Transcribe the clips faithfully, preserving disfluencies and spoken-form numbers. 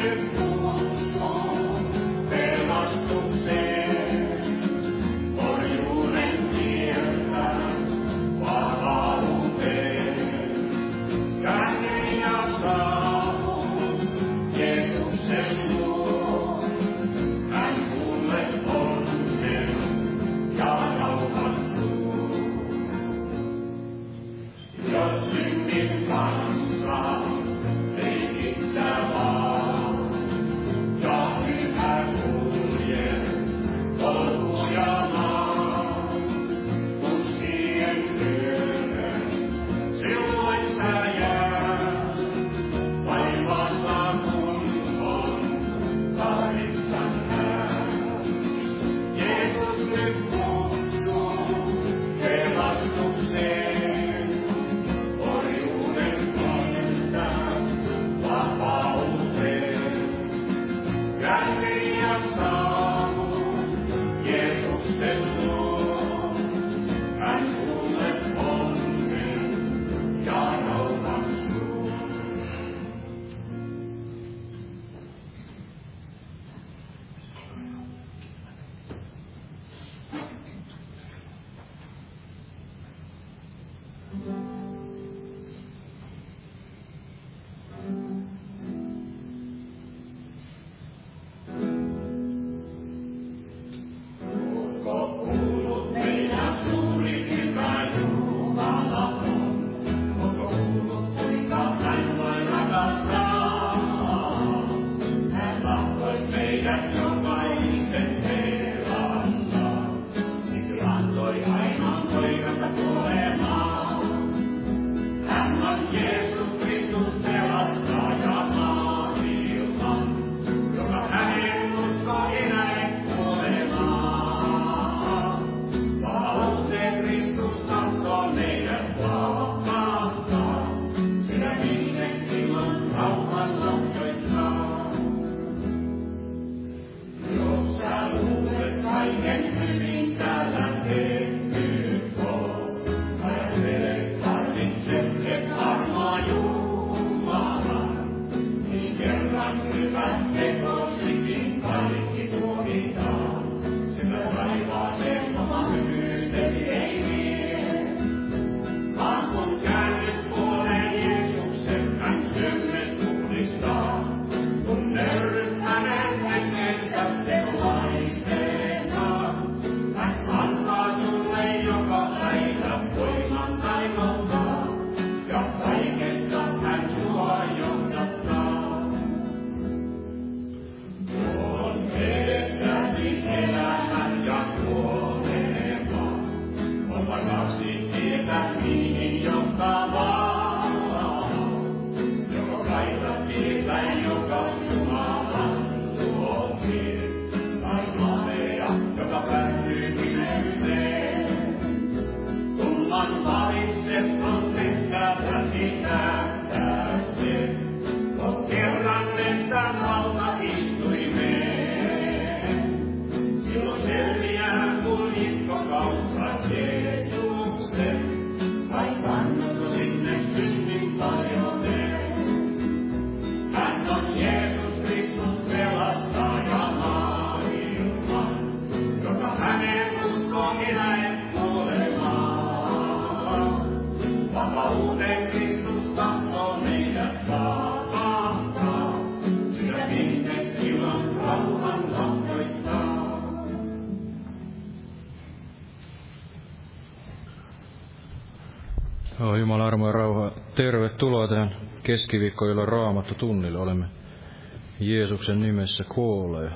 Oh, Jumalan armo ja rauha. Tervetuloa tähän keskiviikkoillan Raamattu tunnille. Olemme Jeesuksen nimessä koolla.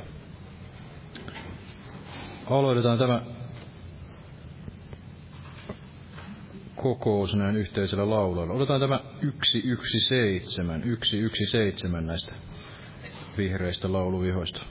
Aloitetaan tämä kokous näin yhteisellä lauluilla. Otetaan tämä yksi yksi seitsemän, yksi yksi seitsemän näistä vihreistä lauluvihoista.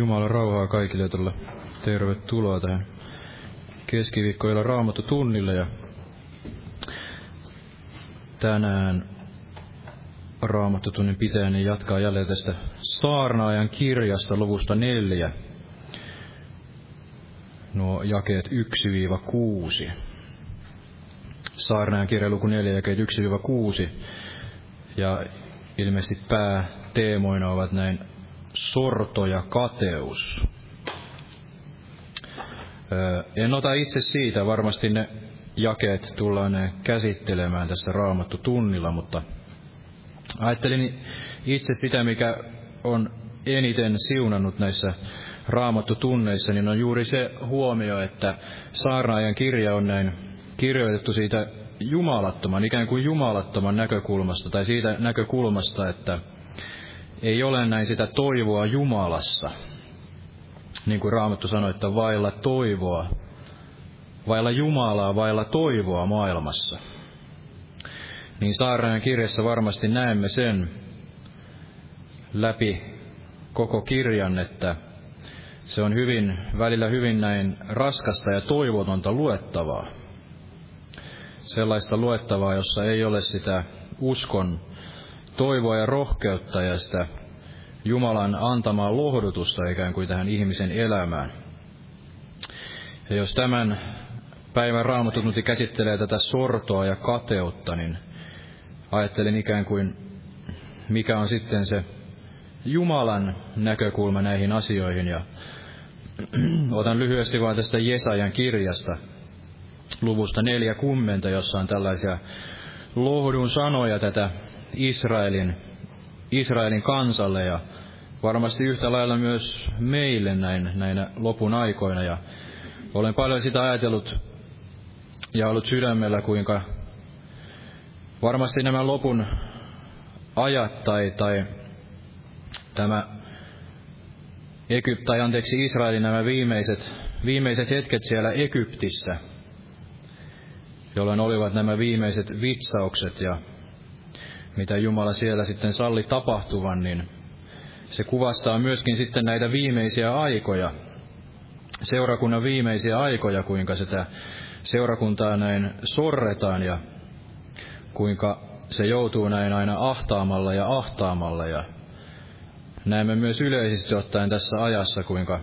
Jumalan rauhaa kaikille tuolla. Tervetuloa tähän keskiviikkoilla Raamattu tunnille. Ja tänään Raamattu tunnin pitäjäni jatkaa jälleen tästä Saarnaajan kirjasta luvusta neljä. Nuo jakeet yksi kuusi. Saarnaajan kirja luku neljä, jakeet yksi kuusi. Ja ilmeisesti pääteemoina ovat näin sorto ja kateus. En ota itse siitä, varmasti ne jakeet tullaan käsittelemään tässä Raamattu tunnilla, mutta ajattelin itse sitä, mikä on eniten siunannut näissä Raamattu tunneissa, niin on juuri se huomio, että Saarnaajan kirja on näin kirjoitettu siitä jumalattoman, ikään kuin jumalattoman näkökulmasta, tai siitä näkökulmasta, että ei ole näin sitä toivoa Jumalassa. Niin kuin Raamattu sanoi, että vailla toivoa, vailla Jumalaa, vailla toivoa maailmassa. Niin Saarnaajan kirjassa varmasti näemme sen läpi koko kirjan, että se on hyvin, välillä hyvin näin raskasta ja toivotonta luettavaa. Sellaista luettavaa, jossa ei ole sitä uskon toivoa ja rohkeutta ja sitä Jumalan antamaa lohdutusta ikään kuin tähän ihmisen elämään. Ja jos tämän päivän Raamattu tunti käsittelee tätä sortoa ja kateutta, niin ajattelin ikään kuin, mikä on sitten se Jumalan näkökulma näihin asioihin. Ja otan lyhyesti vain tästä Jesajan kirjasta, luvusta neljäkymmentä, jossa on tällaisia lohdun sanoja tätä Israelin, Israelin kansalle ja varmasti yhtä lailla myös meille näin, näinä lopun aikoina. Ja olen paljon sitä ajatellut ja ollut sydämellä, kuinka varmasti nämä lopun ajat tai, tai tämä Egypt, tai anteeksi Israelin nämä viimeiset, viimeiset hetket siellä Egyptissä, jolloin olivat nämä viimeiset vitsaukset ja mitä Jumala siellä sitten salli tapahtuvan, niin se kuvastaa myöskin sitten näitä viimeisiä aikoja, seurakunnan viimeisiä aikoja, kuinka sitä seurakuntaa näin sorretaan ja kuinka se joutuu näin aina ahtaamalla ja ahtaamalla. Ja näemme myös yleisesti ottaen tässä ajassa, kuinka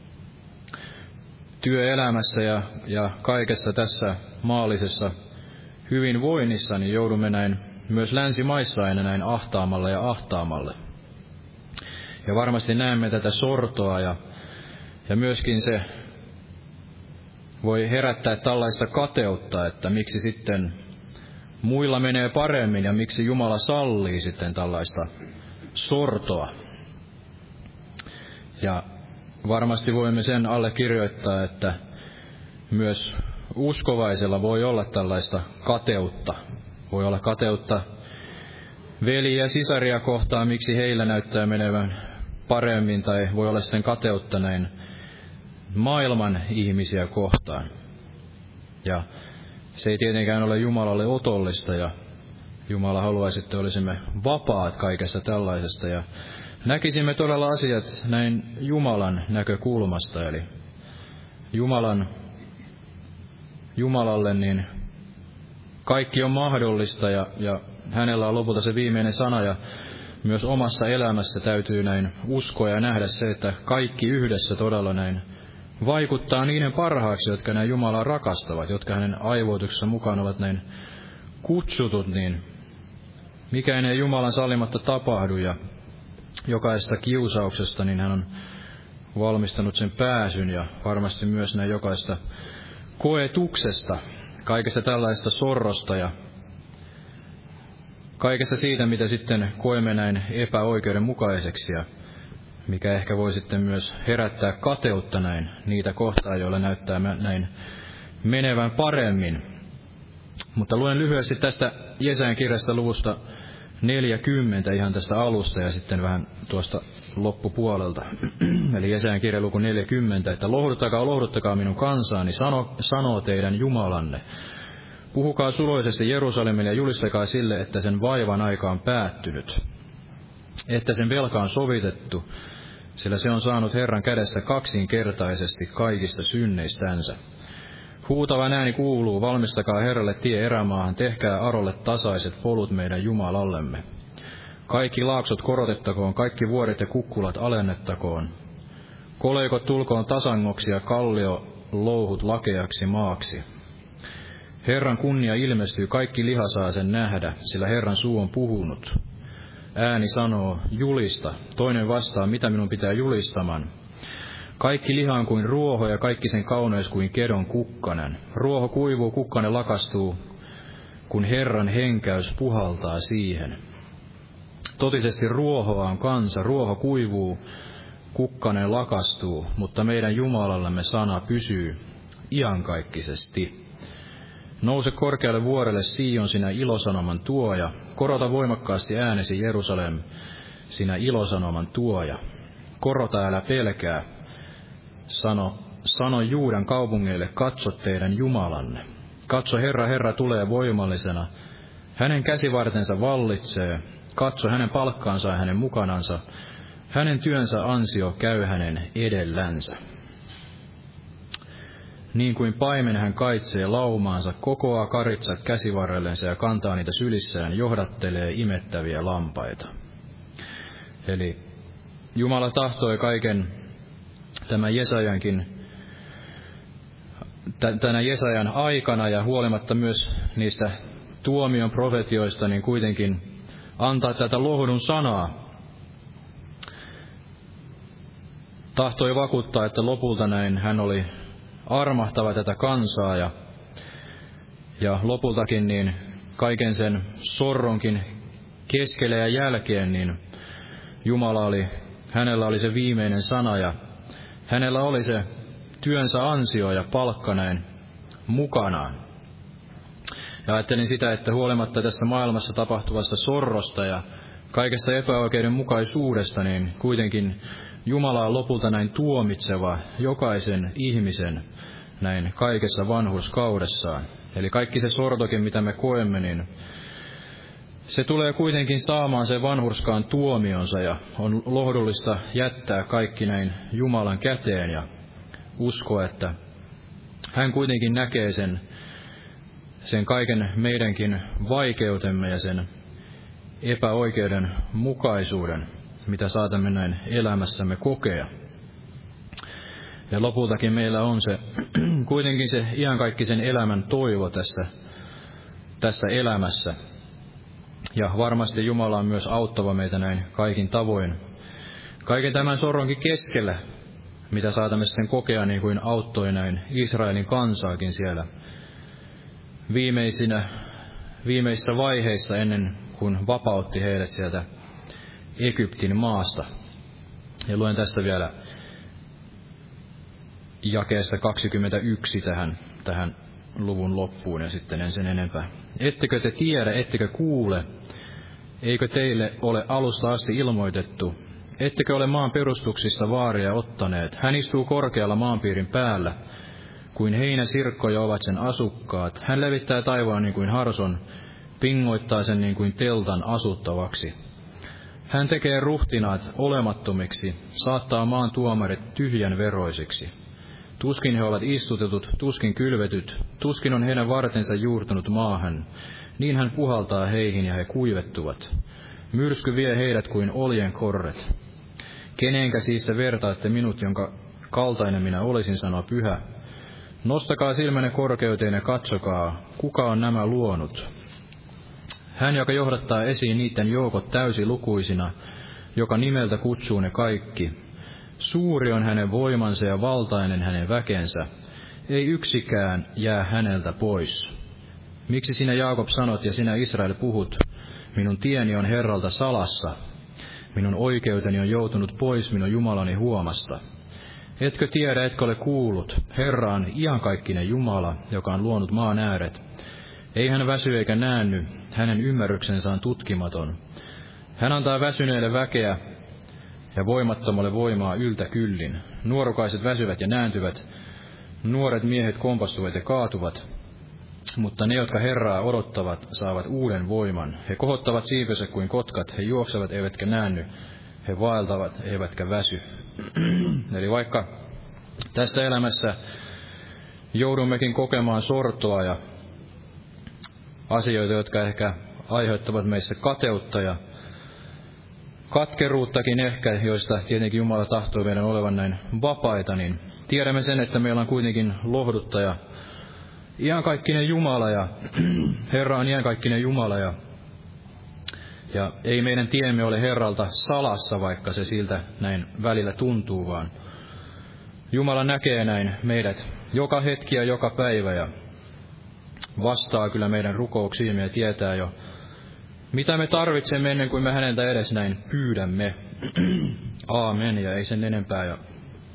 työelämässä ja, ja kaikessa tässä maallisessa hyvinvoinnissa, niin joudumme näin myös länsimaissa aina näin ahtaamalle ja ahtaamalle. Ja varmasti näemme tätä sortoa ja, ja myöskin se voi herättää tällaista kateutta, että miksi sitten muilla menee paremmin ja miksi Jumala sallii sitten tällaista sortoa. Ja varmasti voimme sen allekirjoittaa, että myös uskovaisella voi olla tällaista kateutta. Voi olla kateutta veliä ja sisaria kohtaan, miksi heillä näyttää menevän paremmin, tai voi olla sitten kateutta näin maailman ihmisiä kohtaan. Ja se ei tietenkään ole Jumalalle otollista, ja Jumala haluaisi, että olisimme vapaat kaikesta tällaisesta, ja näkisimme todella asiat näin Jumalan näkökulmasta, eli Jumalan, Jumalalle niin kaikki on mahdollista, ja, ja hänellä on lopulta se viimeinen sana, ja myös omassa elämässä täytyy näin uskoa ja nähdä se, että kaikki yhdessä todella näin vaikuttaa niiden parhaaksi, jotka näin Jumalaa rakastavat, jotka hänen aivoituksessa mukaan ovat näin kutsutut, niin mikään ei Jumalan sallimatta tapahdu, ja jokaisesta kiusauksesta niin hän on valmistanut sen pääsyn, ja varmasti myös näin jokaista koetuksesta, kaikesta tällaista sorrosta ja kaikesta siitä, mitä sitten koemme näin epäoikeudenmukaiseksi ja mikä ehkä voi sitten myös herättää kateutta näin niitä kohtaa, joilla näyttää näin menevän paremmin. Mutta luen lyhyesti tästä Jesajan kirjasta luvusta neljäkymmentä ihan tästä alusta ja sitten vähän tuosta loppupuolelta. Eli Jesajan kirja luku neljäkymmentä, että lohduttakaa, lohduttakaa minun kansaani, sano, sanoo teidän Jumalanne. Puhukaa suloisesti Jerusalemille ja julistakaa sille, että sen vaivan aika on päättynyt, että sen velka on sovitettu, sillä se on saanut Herran kädestä kaksinkertaisesti kaikista synneistänsä. Huutavan ääni kuuluu, valmistakaa Herralle tie erämaahan, tehkää Arolle tasaiset polut meidän Jumalallemme. Kaikki laaksot korotettakoon, kaikki vuoret ja kukkulat alennettakoon. Koleikot tulkoon tasangoksi ja kallio louhut lakeaksi maaksi. Herran kunnia ilmestyy, kaikki liha saa sen nähdä, sillä Herran suu on puhunut. Ääni sanoo, julista, toinen vastaa, mitä minun pitää julistaman. Kaikki liha on kuin ruoho ja kaikki sen kauneus kuin kedon kukkanen. Ruoho kuivuu, kukkanen lakastuu, kun Herran henkäys puhaltaa siihen. Totisesti ruohoa on kansa, ruoho kuivuu, kukkanen lakastuu, mutta meidän Jumalallemme sana pysyy iankaikkisesti. Nouse korkealle vuorelle Sion, sinä ilosanoman tuoja, korota voimakkaasti äänesi Jerusalem, sinä ilosanoman tuoja. Korota, älä pelkää, sano, sano Juudan kaupungeille, katso teidän Jumalanne. Katso, Herra, Herra tulee voimallisena, hänen käsivartensa vallitsee, katso hänen palkkaansa ja hänen mukanansa, hänen työnsä ansio käy hänen edellänsä. Niin kuin paimen hän kaitsee laumaansa, kokoaa karitsat käsivarrellensa ja kantaa niitä sylissään, johdattelee imettäviä lampaita. Eli Jumala tahtoi kaiken tämän Jesajankin, tänä Jesajan aikana ja huolimatta myös niistä tuomion profetioista, niin kuitenkin antaa tätä lohdun sanaa. Tahtoi vakuuttaa, että lopulta näin hän oli armahtava tätä kansaa ja, ja lopultakin niin kaiken sen sorronkin keskellä ja jälkeen niin Jumala oli, hänellä oli se viimeinen sana ja hänellä oli se työnsä ansio ja palkka näin mukanaan. Ja ajattelin sitä, että huolimatta tässä maailmassa tapahtuvasta sorrosta ja kaikesta epäoikeudenmukaisuudesta, niin kuitenkin Jumala on lopulta näin tuomitseva jokaisen ihmisen näin kaikessa vanhurskaudessaan. Eli kaikki se sortokin, mitä me koemme, niin se tulee kuitenkin saamaan sen vanhurskaan tuomionsa ja on lohdullista jättää kaikki näin Jumalan käteen ja uskoa, että hän kuitenkin näkee sen, sen kaiken meidänkin vaikeutemme ja sen epäoikeudenmukaisuuden, mitä saatamme näin elämässämme kokea. Ja lopultakin meillä on se kuitenkin se iankaikkisen elämän toivo tässä, tässä elämässä. Ja varmasti Jumala on myös auttava meitä näin kaikin tavoin. Kaiken tämän sorronkin keskellä, mitä saatamme sitten kokea, niin kuin auttoi näin Israelin kansaakin siellä viimeisinä, viimeisissä vaiheissa ennen kuin vapautti heidät sieltä Egyptin maasta. Ja luen tästä vielä jakeesta kaksikymmentäyksi tähän, tähän luvun loppuun ja sitten en sen enempää. Ettekö te tiedä, ettekö kuule, eikö teille ole alusta asti ilmoitettu, ettekö ole maan perustuksista vaaria ottaneet. Hän istuu korkealla maanpiirin päällä, kuin heinäsirkkoja ovat sen asukkaat. Hän levittää taivaan niin kuin harson, pingoittaa sen niin kuin teltan asuttavaksi. Hän tekee ruhtinaat olemattomiksi, saattaa maan tuomarit tyhjän veroisiksi. Tuskin he ovat istutetut, tuskin kylvetyt, tuskin on heidän vartensa juurtunut maahan. Niin hän puhaltaa heihin ja he kuivettuvat. Myrsky vie heidät kuin oljen korret. Kenenkä siis te vertaatte minut, jonka kaltainen minä olisin, sanoo Pyhä. Nostakaa silmänne korkeuteen ja katsokaa, kuka on nämä luonut. Hän, joka johdattaa esiin niiden joukot täysilukuisina, joka nimeltä kutsuu ne kaikki. Suuri on hänen voimansa ja valtainen hänen väkensä. Ei yksikään jää häneltä pois. Miksi sinä Jaakob sanot ja sinä Israel puhut, minun tieni on Herralta salassa. Minun oikeuteni on joutunut pois minun Jumalani huomasta. Etkö tiedä, etkö ole kuullut, Herra on iankaikkinen Jumala, joka on luonut maan ääret. Ei hän väsy eikä näänny, hänen ymmärryksensä on tutkimaton. Hän antaa väsyneille väkeä ja voimattomalle voimaa yltä kyllin. Nuorukaiset väsyvät ja nääntyvät, nuoret miehet kompastuvat ja kaatuvat. Mutta ne, jotka Herraa odottavat, saavat uuden voiman. He kohottavat siipensä kuin kotkat, he juoksevat eivätkä näänny, he vaeltavat eivätkä väsy. Eli vaikka tässä elämässä joudummekin kokemaan sortoa ja asioita, jotka ehkä aiheuttavat meissä kateutta ja katkeruuttakin ehkä, joista tietenkin Jumala tahtoo meidän olevan näin vapaita, niin tiedämme sen, että meillä on kuitenkin lohduttaja, iankaikkinen Jumala ja Herra on iankaikkinen Jumala ja, ja ei meidän tiemme ole Herralta salassa, vaikka se siltä näin välillä tuntuu, vaan Jumala näkee näin meidät joka hetki ja joka päivä ja vastaa kyllä meidän rukouksiimme ja tietää jo, mitä me tarvitsemme ennen kuin me häneltä edes näin pyydämme. Aamen, ja ei sen enempää. Ja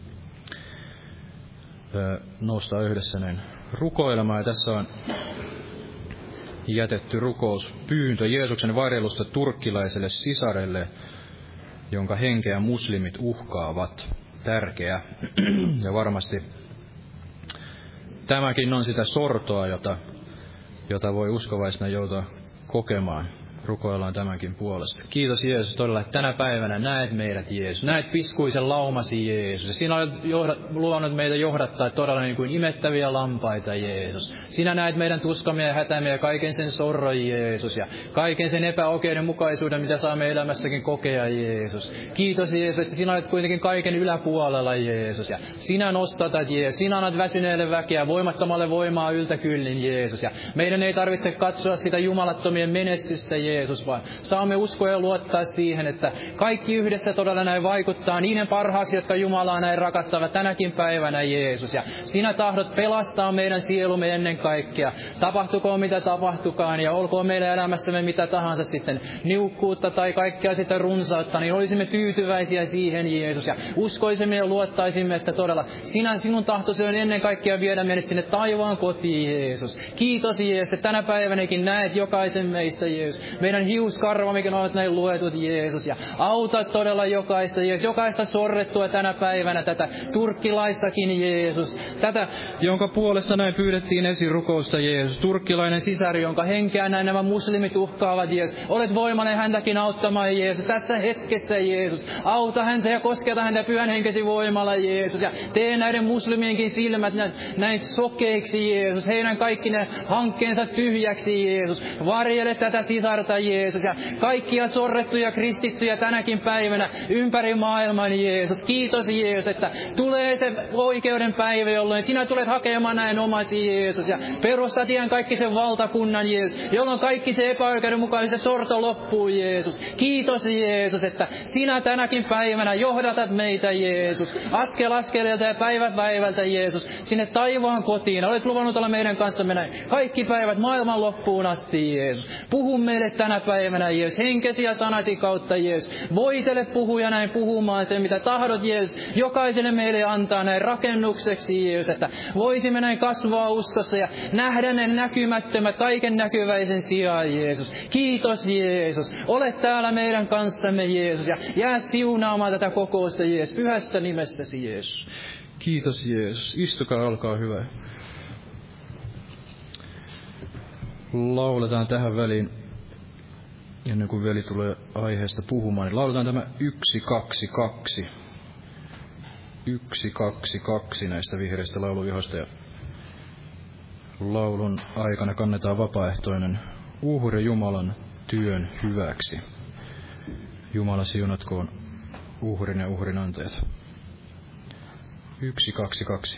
noustaan yhdessä näin rukoilemaan. Ja tässä on jätetty rukouspyyntö Jeesuksen varjelusta turkkilaiselle sisarelle, jonka henkeä muslimit uhkaavat. Tärkeä. Ja varmasti tämäkin on sitä sortoa, jota, jota voi uskovaisena joutua kokemaan. Rukoillaan tämänkin puolesta. Kiitos Jeesus todella, että tänä päivänä näet meidät Jeesus. Näet piskuisen laumasi Jeesus. Ja sinä olet johda, luvannut meitä johdattaa todella niin kuin imettäviä lampaita Jeesus. Sinä näet meidän tuskamme ja hätämme ja kaiken sen sorron Jeesus. Ja kaiken sen epäoikeudenmukaisuuden, mitä saamme elämässäkin kokea Jeesus. Kiitos Jeesus, että sinä olet kuitenkin kaiken yläpuolella Jeesus. Ja sinä nostatat Jeesus. Sinä annat väsyneelle väkeä, voimattomalle voimaa yltä kyllin Jeesus. Ja meidän ei tarvitse katsoa sitä jumalattomien menestystä Jeesus. Jeesus, vaan saamme uskoa ja luottaa siihen, että kaikki yhdessä todella näin vaikuttaa niiden parhaaksi, jotka Jumalaa näin rakastavat tänäkin päivänä, Jeesus. Ja sinä tahdot pelastaa meidän sielumme ennen kaikkea. Tapahtukoon mitä tapahtukaan ja olkoon meidän elämässämme mitä tahansa sitten, niukkuutta tai kaikkea sitä runsautta, niin olisimme tyytyväisiä siihen, Jeesus. Ja uskoisimme ja luottaisimme, että todella sinä, sinun tahtosi on ennen kaikkea viedä meidät sinne taivaan kotiin, Jeesus. Kiitos, Jeesus, että tänä päivänäkin näet jokaisen meistä, Jeesus. Meidän hiuskarva, mikä olet näin luetut, Jeesus. Ja auta todella jokaista, Jeesus. Jokaista sorrettua tänä päivänä, tätä turkkilaistakin, Jeesus. Tätä, jonka puolesta näin pyydettiin esirukousta, Jeesus. Turkkilainen sisari, jonka henkeä näin nämä muslimit uhkaavat, Jeesus. Olet voimainen häntäkin auttamaan, Jeesus. Tässä hetkessä, Jeesus. Auta häntä ja kosketa häntä pyhän henkesi voimalla, Jeesus. Ja tee näiden muslimienkin silmät näin, näin sokeiksi, Jeesus. Heidän kaikki ne hankkeensa tyhjäksi, Jeesus. Varjele tätä sisarta, Jeesus, ja kaikkia sorrettuja kristittyjä tänäkin päivänä ympäri maailman, Jeesus. Kiitos, Jeesus, että tulee se oikeuden päivä, jolloin sinä tulet hakemaan näin omasi, Jeesus, ja perustat ihan kaikki sen valtakunnan, Jeesus, jolloin kaikki se epäoikeudenmukainen sorto loppuu, Jeesus. Kiitos, Jeesus, että sinä tänäkin päivänä johdatat meitä, Jeesus, askel askeleelta ja päivä päivältä, Jeesus, sinne taivaan kotiin. Olet luvannut olla meidän kanssamme näin kaikki päivät maailman loppuun asti, Jeesus. Puhu meille tänä päivänä, Jeesus, henkesi ja sanasi kautta, Jeesus. Voitele puhuja näin puhumaan sen, mitä tahdot, Jeesus, jokaiselle meille antaa näin rakennukseksi, Jeesus, että voisimme näin kasvaa uskossa ja nähdä ne näkymättömät kaiken näkyväisen sijaan, Jeesus. Kiitos, Jeesus. Ole täällä meidän kanssamme, Jeesus, ja jää siunaamaan tätä kokousta, Jeesus, pyhässä nimessäsi, Jeesus. Kiitos, Jeesus. Istukaa, olkaa hyvä. Lauletaan tähän väliin, ennen kuin veli tulee aiheesta puhumaan, niin lauletaan tämä yksi, kaksi, kaksi. Yksi, kaksi, kaksi näistä vihreistä lauluvihoista. Ja laulun aikana kannetaan vapaaehtoinen uhri Jumalan työn hyväksi. Jumala siunatkoon uhrin ja uhrin antajat. Yksi, kaksi, kaksi.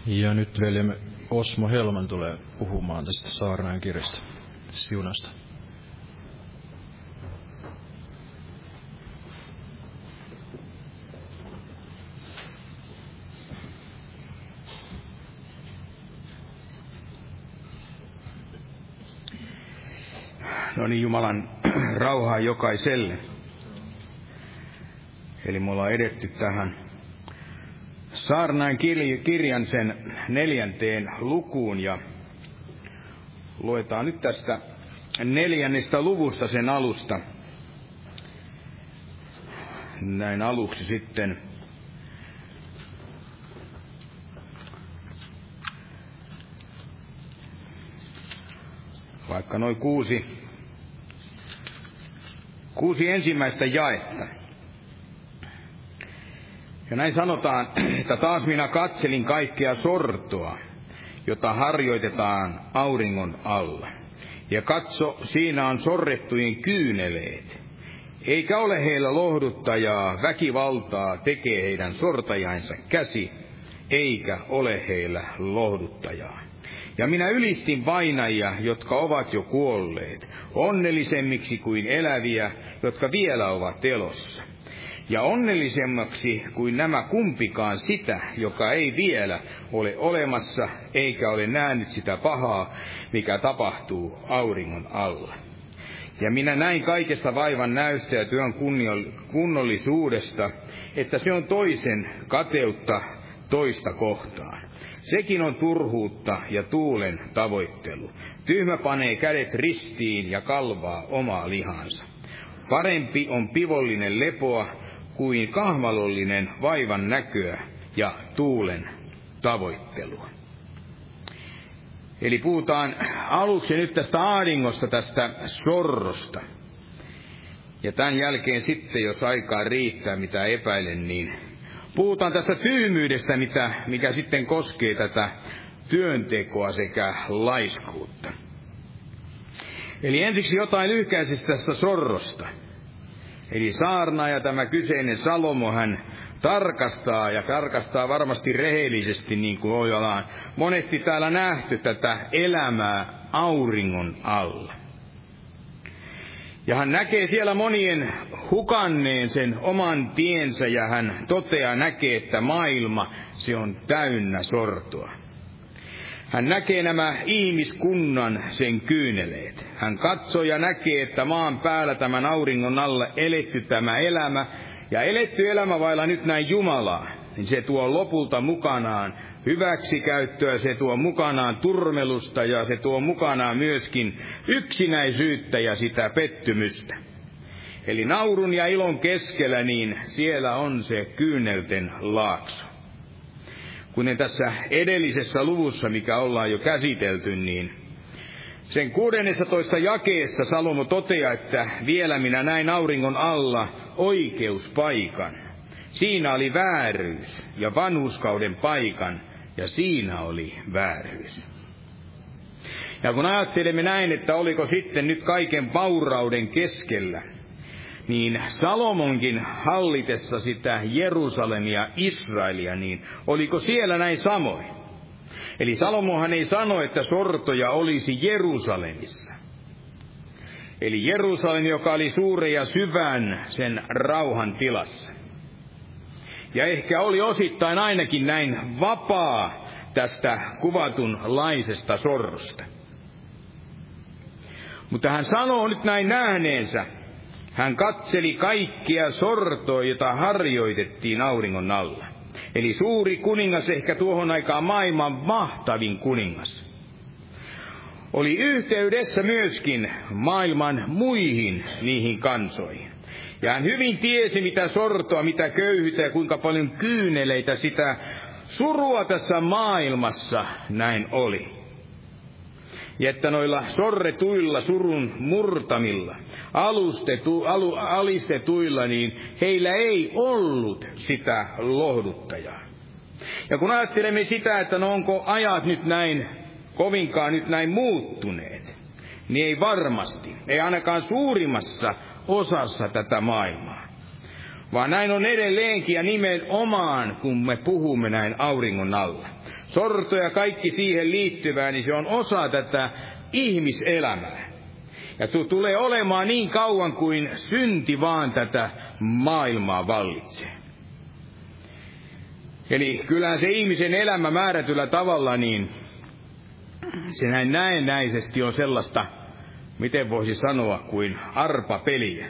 Ja nyt veljemme Osmo Helman tulee puhumaan tästä Saarnaajan kirjasta, siunasta. No niin, Jumalan rauhaa jokaiselle. Eli me ollaan edetty tähän Saarnaajan kirjan sen neljänteen lukuun ja luetaan nyt tästä neljännestä luvusta sen alusta. Näin aluksi sitten. Vaikka noin kuusi, kuusi ensimmäistä jaetta. Ja näin sanotaan, että taas minä katselin kaikkea sortoa, jota harjoitetaan auringon alla. Ja katso, siinä on sorrettujen kyyneleet. Eikä ole heillä lohduttajaa, väkivaltaa tekee heidän sortajainsa käsi, eikä ole heillä lohduttajaa. Ja minä ylistin vainajia, jotka ovat jo kuolleet, onnellisemmiksi kuin eläviä, jotka vielä ovat elossa. Ja onnellisemmaksi kuin nämä kumpikaan sitä, joka ei vielä ole olemassa, eikä ole nähnyt sitä pahaa, mikä tapahtuu auringon alla. Ja minä näin kaikesta vaivan näystä ja työn kunnollisuudesta, että se on toisen kateutta toista kohtaan. Sekin on turhuutta ja tuulen tavoittelu. Tyhmä panee kädet ristiin ja kalvaa omaa lihansa. Parempi on pivollinen lepoa kuin kahmalollinen vaivan näköä ja tuulen tavoittelua. Eli puhutaan aluksi nyt tästä ahdingosta, tästä sorrosta. Ja tämän jälkeen sitten, jos aikaa riittää, mitä epäilen, niin puhutaan tästä tyhmyydestä, mitä, mikä sitten koskee tätä työntekoa sekä laiskuutta. Eli ensiksi jotain lyhkäisesti tästä sorrosta. Eli saarnaaja, tämä kyseinen Salomo, hän tarkastaa ja tarkastaa varmasti rehellisesti, niin kuin ollaan monesti täällä nähty tätä elämää auringon alla. Ja hän näkee siellä monien hukanneen sen oman tiensä ja hän toteaa, näkee, että maailma, se on täynnä sortoa. Hän näkee nämä ihmiskunnan sen kyyneleet. Hän katsoo ja näkee, että maan päällä tämän auringon alla eletty tämä elämä, ja eletty elämä vailla nyt näin Jumalaa, niin se tuo lopulta mukanaan hyväksikäyttöä, se tuo mukanaan turmelusta ja se tuo mukanaan myöskin yksinäisyyttä ja sitä pettymystä. Eli naurun ja ilon keskellä, niin siellä on se kyynelten laakso. Kuten tässä edellisessä luvussa, mikä ollaan jo käsitelty, niin sen kuudennessatoista jakeessa Salomo toteaa, että vielä minä näin auringon alla oikeuspaikan. Siinä oli vääryys ja vanhurskauden paikan, ja siinä oli vääryys. Ja kun ajattelemme näin, että oliko sitten nyt kaiken vaurauden keskellä, niin Salomonkin hallitessa sitä Jerusalemia, Israelia, niin oliko siellä näin samoin? Eli Salomohan ei sano, että sortoja olisi Jerusalemissa. Eli Jerusalem, joka oli suuren ja syvän sen rauhan tilassa. Ja ehkä oli osittain ainakin näin vapaa tästä kuvatunlaisesta sorrosta. Mutta hän sanoo nyt näin nähneensä. Hän katseli kaikkia sortoa, jota harjoitettiin auringon alla. Eli suuri kuningas, ehkä tuohon aikaan maailman mahtavin kuningas, oli yhteydessä myöskin maailman muihin niihin kansoihin. Ja hän hyvin tiesi, mitä sortoa, mitä köyhyyttä ja kuinka paljon kyyneleitä, sitä surua tässä maailmassa näin oli. Ja että noilla sorretuilla, surun murtamilla, alustetu, alu, alistetuilla, niin heillä ei ollut sitä lohduttajaa. Ja kun ajattelemme sitä, että no onko ajat nyt näin, kovinkaan nyt näin muuttuneet, niin ei varmasti, ei ainakaan suurimmassa osassa tätä maailmaa. Vaan näin on edelleenkin ja nimenomaan, kun me puhumme näin auringon alla. sorto ja kaikki siihen liittyvää, niin se on osa tätä ihmiselämää. Ja se tulee olemaan niin kauan kuin synti vaan tätä maailmaa vallitsee. Eli kyllähän se ihmisen elämä määrätyllä tavalla, niin se näin näennäisesti on sellaista, miten voisi sanoa, kuin arpapeliä.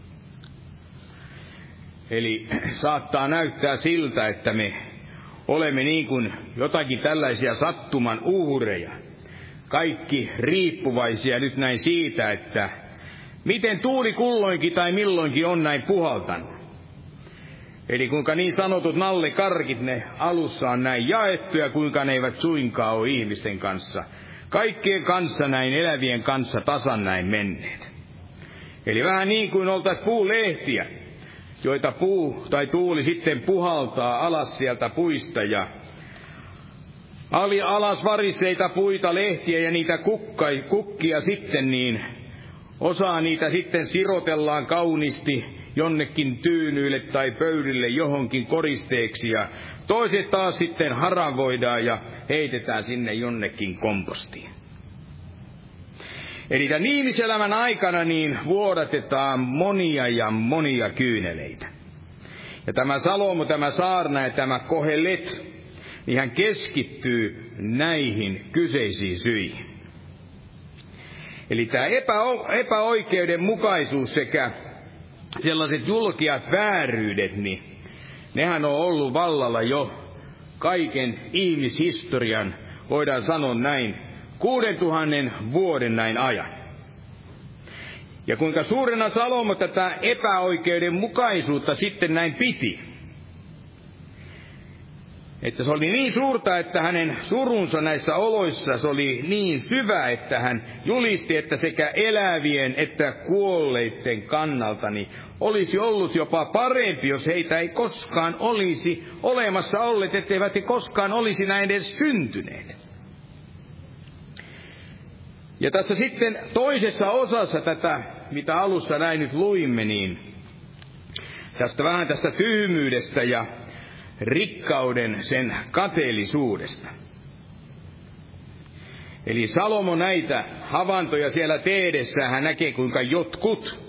Eli saattaa näyttää siltä, että me olemme niin kuin jotakin tällaisia sattuman uhreja. Kaikki riippuvaisia nyt näin siitä, että miten tuuli kulloinkin tai milloinkin on näin puhaltanut. Eli kuinka niin sanotut nallekarkit ne alussa on näin jaettu ja kuinka ne eivät suinkaan ole ihmisten kanssa. Kaikkien kanssa näin elävien kanssa tasan näin menneet. Eli vähän niin kuin oltaisiin puulehtiä, joita puu tai tuuli sitten puhaltaa alas sieltä puista ja ali alas variseita puita, lehtiä ja niitä kukkai, kukkia sitten, niin osa niitä sitten sirotellaan kauniisti jonnekin tyynyille tai pöydille johonkin koristeeksi ja toiset taas sitten haravoidaan ja heitetään sinne jonnekin kompostiin. Eli tämän ihmiselämän aikana niin vuodatetaan monia ja monia kyyneleitä. Ja tämä Salomo, tämä saarna ja tämä Kohelet, niin hän keskittyy näihin kyseisiin syihin. Eli tämä epä- epäoikeudenmukaisuus sekä sellaiset julkiat vääryydet, niin nehän on ollut vallalla jo kaiken ihmishistorian, voidaan sanoa näin, kuuden tuhannen vuoden näin ajan. Ja kuinka suurena Salomo tätä epäoikeudenmukaisuutta sitten näin piti. Että se oli niin suurta, että hänen surunsa näissä oloissa se oli niin syvä, että hän julisti, että sekä elävien että kuolleiden kannalta niin olisi ollut jopa parempi, jos heitä ei koskaan olisi olemassa olleet, etteivät he koskaan olisi näin edes syntyneet. Ja tässä sitten toisessa osassa tätä, mitä alussa näin nyt luimme, niin tästä vähän tästä tyhmyydestä ja rikkauden sen kateellisuudesta. Eli Salomo näitä havaintoja siellä tehdessään hän näkee, kuinka jotkut,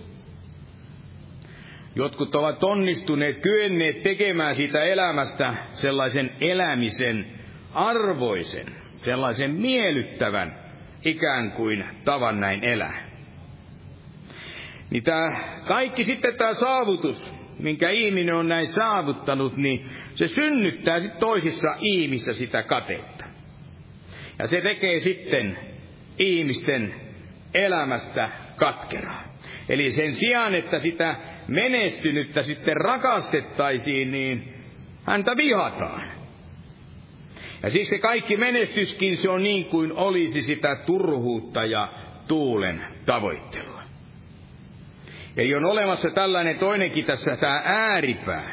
jotkut ovat onnistuneet, kyenneet tekemään siitä elämästä sellaisen elämisen arvoisen, sellaisen miellyttävän, ikään kuin tavan näin elää. Niin tämä kaikki sitten tämä saavutus, minkä ihminen on näin saavuttanut, niin se synnyttää sitten toisissa ihmisissä sitä kateutta. Ja se tekee sitten ihmisten elämästä katkeraa. Eli sen sijaan, että sitä menestynyttä sitten rakastettaisiin, niin häntä vihataan. Ja siksi se kaikki menestyskin se on niin kuin olisi sitä turhuutta ja tuulen tavoittelua. Eli on olemassa tällainen toinenkin tässä, tämä ääripää.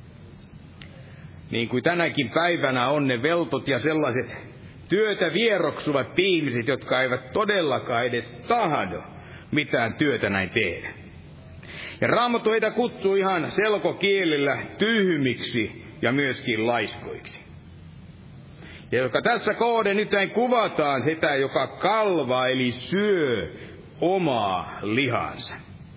Niin kuin tänäkin päivänä on ne veltot ja sellaiset työtä vieroksuvat ihmiset, jotka eivät todellakaan edes tahdo mitään työtä näin tehdä. Ja Raamattu heitä kutsuu ihan selkokielellä tyhmiksi ja myöskin laiskoiksi. Ja joka tässä kohden nyt näin kuvataan sitä, joka kalvaa eli syö omaa lihansa.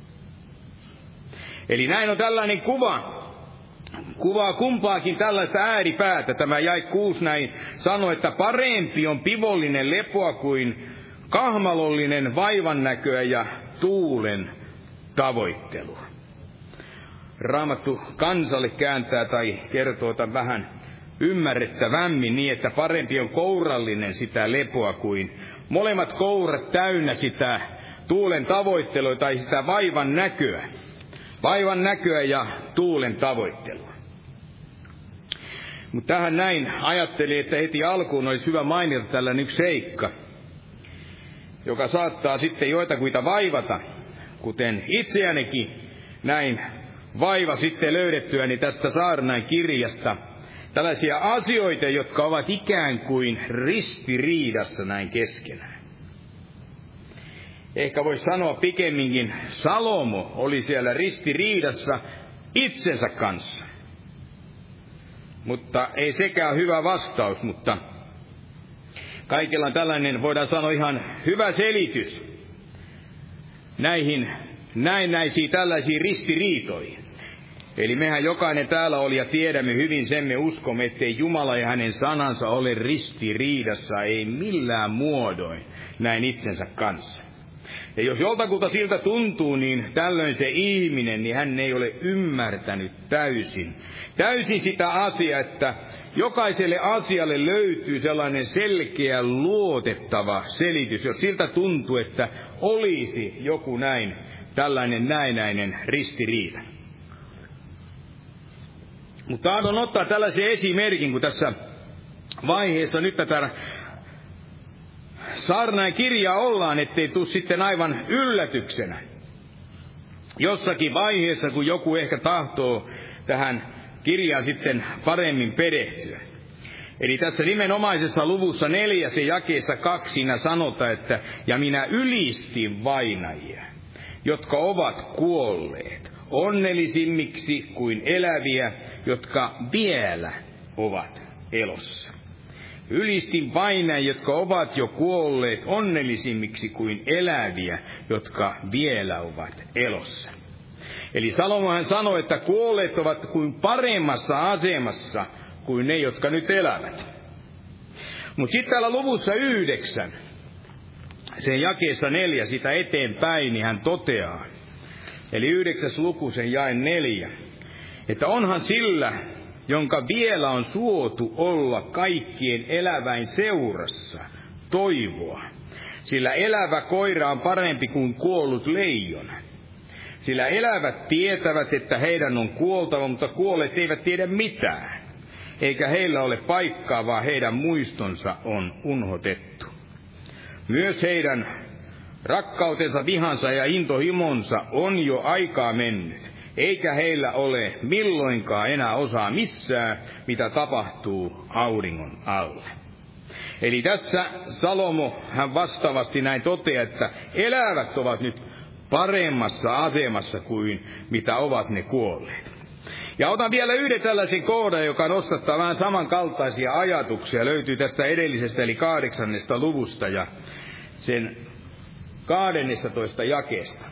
Eli näin on tällainen kuva, kuvaa kumpaakin tällaista ääripäätä. Tämä jae kuusi näin sanoi, että parempi on pivollinen lepoa kuin kahmalollinen vaivannäköä ja tuulen tavoittelua. Raamattu kansalle kääntää tai kertoo tämän vähän ymmärrettävämmin niin, että parempi on kourallinen sitä lepoa kuin molemmat kourat täynnä sitä tuulen tavoittelua tai sitä vaivan näköä. Vaivan näköä ja tuulen tavoittelua. Mutta tähän näin ajattelin, että heti alkuun olisi hyvä mainita tällainen yksi seikka, joka saattaa sitten joitakuita vaivata, kuten itseänikin näin vaiva sitten löydettyäni tästä saarnain kirjasta. Tällaisia asioita, jotka ovat ikään kuin ristiriidassa näin keskenään. Ehkä voisi sanoa pikemminkin, Salomo oli siellä ristiriidassa itsensä kanssa. Mutta ei sekään hyvä vastaus, mutta Kaikilla on tällainen, voidaan sanoa, ihan hyvä selitys näihin näennäisiin tällaisiin ristiriitoihin. Eli mehän jokainen täällä oli ja tiedämme hyvin sen, me uskomme, ettei Jumala ja hänen sanansa ole ristiriidassa, ei millään muodoin näin itsensä kanssa. Ja jos joltakulta siltä tuntuu, niin tällöin se ihminen, niin hän ei ole ymmärtänyt täysin. Täysin sitä asiaa, että jokaiselle asialle löytyy sellainen selkeä, luotettava selitys. Jos siltä tuntuu, että olisi joku näin, tällainen näinäinen ristiriita. Mutta tahdon ottaa tällaisen esimerkin, kun tässä vaiheessa nyt tätä saarnaan kirjaa ollaan, ettei tule sitten aivan yllätyksenä. Jossakin vaiheessa, kun joku ehkä tahtoo tähän kirjaan sitten paremmin perehtyä. Eli tässä nimenomaisessa luvussa neljäs ja jakeessa kaksi siinä sanotaan, että ja minä ylistin vainajia, jotka ovat kuolleet, onnellisimmiksi kuin eläviä, jotka vielä ovat elossa. Ylistin vainajia, jotka ovat jo kuolleet, onnellisimmiksi kuin eläviä, jotka vielä ovat elossa. Eli Salomohan sanoi, että kuolleet ovat kuin paremmassa asemassa kuin ne, jotka nyt elävät. Mutta sitten täällä luvussa yhdeksän, sen jakeessa neljä sitä eteenpäin, niin hän toteaa, eli yhdeksäs luku, sen jae neljä, että onhan sillä, jonka vielä on suotu olla kaikkien eläväin seurassa, toivoa. Sillä elävä koira on parempi kuin kuollut leijona. Sillä elävät tietävät, että heidän on kuoltava, mutta kuolleet eivät tiedä mitään. Eikä heillä ole paikkaa, vaan heidän muistonsa on unhotettu. Myös heidän rakkautensa, vihansa ja intohimonsa on jo aikaa mennyt. Eikä heillä ole milloinkaan enää osaa missään, mitä tapahtuu auringon alla. Eli tässä Salomo hän vastaavasti näin toteaa, että elävät ovat nyt paremmassa asemassa kuin mitä ovat ne kuolleet. Ja otan vielä yhden tällaisen kohdan, joka nostattaa vähän samankaltaisia ajatuksia. Löytyy tästä edellisestä eli kahdeksannesta luvusta ja sen kahdennestatoista jakeesta.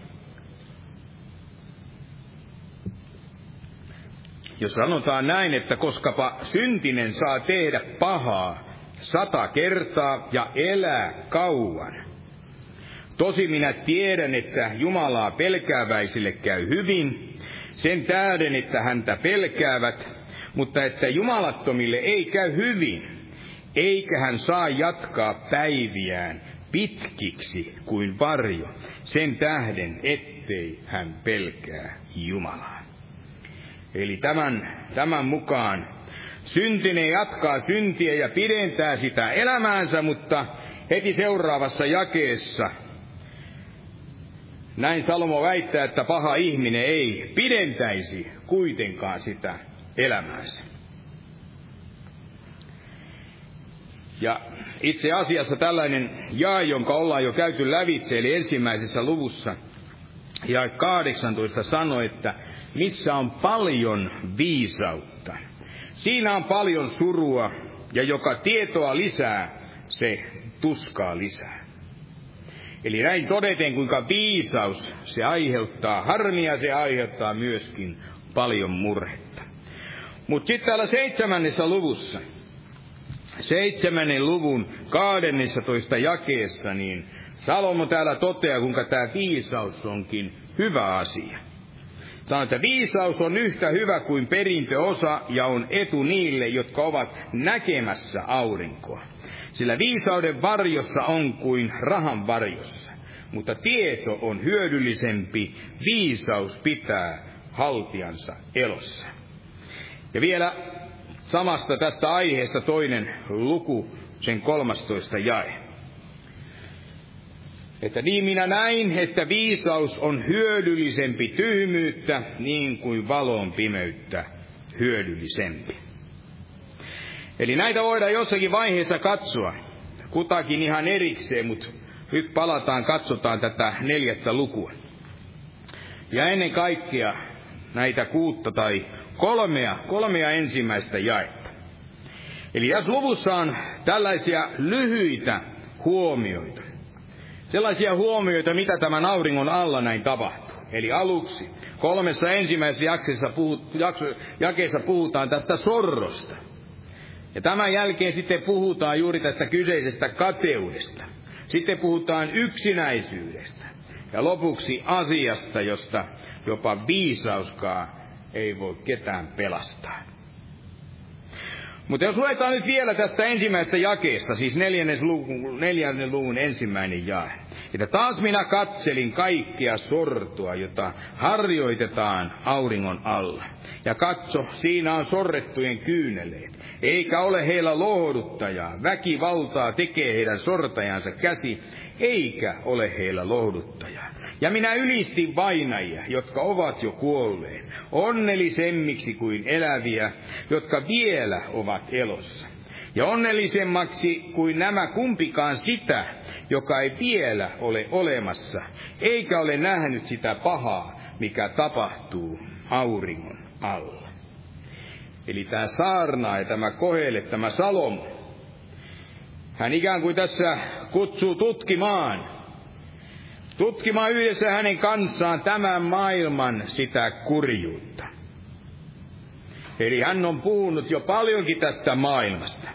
Jos sanotaan näin, että koskapa syntinen saa tehdä pahaa sata kertaa ja elää kauan. Tosi minä tiedän, että Jumalaa pelkääväisille käy hyvin, sen tähden, että häntä pelkäävät, mutta että jumalattomille ei käy hyvin, eikä hän saa jatkaa päiviään pitkiksi kuin varjo, sen tähden, ettei hän pelkää Jumalaa. Eli tämän, tämän mukaan syntinen jatkaa syntiä ja pidentää sitä elämäänsä, mutta heti seuraavassa jakeessa näin Salomo väittää, että paha ihminen ei pidentäisi kuitenkaan sitä elämäänsä. Ja itse asiassa tällainen jae, jonka ollaan jo käyty lävitse, eli ensimmäisessä luvussa, ja kahdeksantoista sanoi, että missä on paljon viisautta, siinä on paljon surua, ja joka tietoa lisää, se tuskaa lisää. Eli näin todeten, kuinka viisaus, se aiheuttaa harmia, se aiheuttaa myöskin paljon murhetta. Mutta sitten täällä seitsemännessä luvussa, seitsemännen luvun kahdennessatoista jakeessa, niin Salomo täällä toteaa, kuinka tämä viisaus onkin hyvä asia. Sanoo, että viisaus on yhtä hyvä kuin perintöosa ja on etu niille, jotka ovat näkemässä aurinkoa. Sillä viisauden varjossa on kuin rahan varjossa, mutta tieto on hyödyllisempi, viisaus pitää haltijansa elossa. Ja vielä samasta tästä aiheesta toinen luku, sen kolmastoista jae. Että niin minä näin, että viisaus on hyödyllisempi tyhmyyttä, niin kuin valon pimeyttä hyödyllisempi. Eli näitä voidaan jossakin vaiheessa katsoa, kutakin ihan erikseen, mutta nyt palataan, katsotaan tätä neljättä lukua. Ja ennen kaikkea näitä kuutta tai kolmea, kolmea ensimmäistä jaetta. Eli tässä luvussa on tällaisia lyhyitä huomioita. Sellaisia huomioita, mitä tämän auringon alla näin tapahtuu. Eli aluksi kolmessa ensimmäisessä jakseessa, puhut, jakso, jakeessa puhutaan tästä sorrosta. Ja tämän jälkeen sitten puhutaan juuri tästä kyseisestä kateudesta. Sitten puhutaan yksinäisyydestä. Ja lopuksi asiasta, josta jopa viisauskaan ei voi ketään pelastaa. Mutta jos luetaan nyt vielä tästä ensimmäisestä jakeesta, siis neljännen luvun, neljännen luvun ensimmäinen jae. Että taas minä katselin kaikkea sortoa, jota harjoitetaan auringon alla. Ja katso, siinä on sorrettujen kyyneleet. Eikä ole heillä lohduttajaa. Väkivaltaa tekee heidän sortajansa käsi, eikä ole heillä lohduttajaa. Ja minä ylistin vainajia, jotka ovat jo kuolleet, onnellisemmiksi kuin eläviä, jotka vielä ovat elossa. Ja onnellisemmaksi kuin nämä kumpikaan sitä, joka ei vielä ole olemassa, eikä ole nähnyt sitä pahaa, mikä tapahtuu auringon alla. Eli tämä saarnaaja, tämä Kohele, tämä Salomo, hän ikään kuin tässä kutsuu tutkimaan, tutkimaan yhdessä hänen kanssaan tämän maailman sitä kurjuutta. Eli hän on puhunut jo paljonkin tästä maailmasta.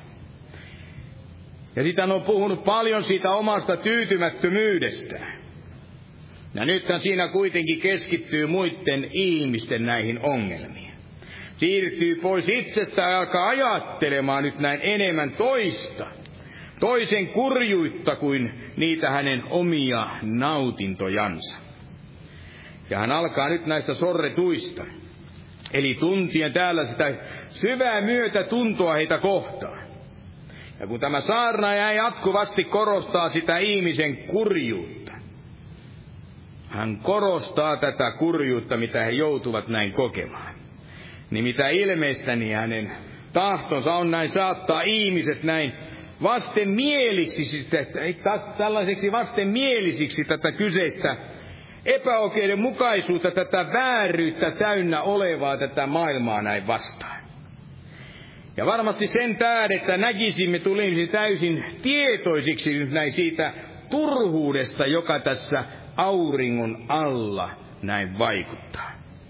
Ja sitten hän on puhunut paljon siitä omasta tyytymättömyydestään. Ja nyt hän siinä kuitenkin keskittyy muiden ihmisten näihin ongelmiin. Siirtyy pois itsestään ja alkaa ajattelemaan nyt näin enemmän toista. Toisen kurjuutta kuin niitä hänen omia nautintojansa. Ja hän alkaa nyt näistä sorretuista. Eli tuntien täällä sitä syvää myötätuntoa heitä kohtaan. Ja kun tämä saarnaaja jatkuvasti korostaa sitä ihmisen kurjuutta. Hän korostaa tätä kurjuutta, mitä he joutuvat näin kokemaan. Niin mitä ilmeistä, niin hänen tahtonsa on näin saattaa ihmiset näin vastenmieliksi, siis tällaiseksi vastenmielisiksi tätä kyseistä epäoikeudenmukaisuutta, tätä vääryyttä täynnä olevaa tätä maailmaa näin vastaan. Ja varmasti sen tähden, että näkisimme, tulisi täysin tietoisiksi nyt näin siitä turhuudesta, joka tässä auringon alla näin vaikuttaa.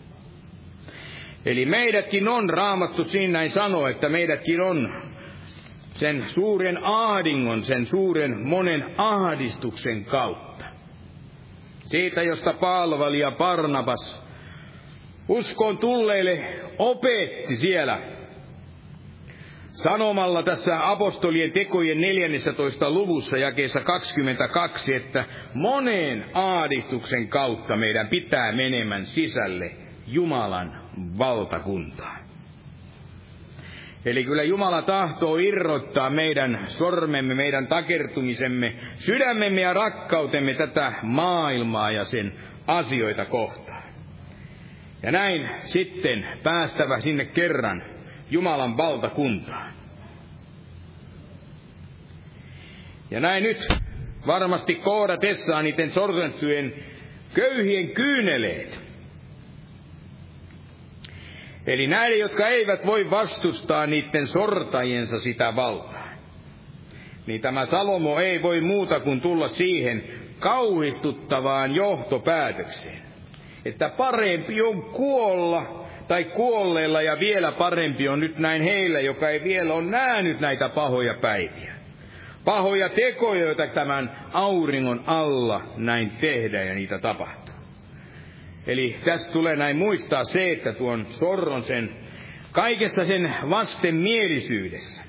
Eli meidätkin on, Raamattu siinä näin sanoo, että meidätkin on sen suuren ahdingon, sen suuren monen ahdistuksen kautta. Siitä, josta Paavali ja Barnabas uskon tulleille opetti siellä sanomalla tässä apostolien tekojen neljännentoista luvussa jakeessa kaksikymmentäkaksi, että moneen ahdistuksen kautta meidän pitää menemään sisälle Jumalan valtakuntaan. Eli kyllä Jumala tahtoo irrottaa meidän sormemme, meidän takertumisemme, sydämemme ja rakkautemme tätä maailmaa ja sen asioita kohtaan. Ja näin sitten päästävä sinne kerran Jumalan valtakuntaan. Ja näin nyt varmasti kohdatessaan niiden sorrettujen köyhien kyyneleet. Eli näiden, jotka eivät voi vastustaa niiden sortajiensa sitä valtaa. Niin tämä Salomo ei voi muuta kuin tulla siihen kauhistuttavaan johtopäätökseen. Että parempi on kuolla tai kuolleilla ja vielä parempi on nyt näin heillä, joka ei vielä ole nähnyt näitä pahoja päiviä. Pahoja tekoja, joita tämän auringon alla näin tehdään ja niitä tapahtuu. Eli tästä tulee näin muistaa se, että tuon sorron sen kaikessa sen vastenmielisyydessä.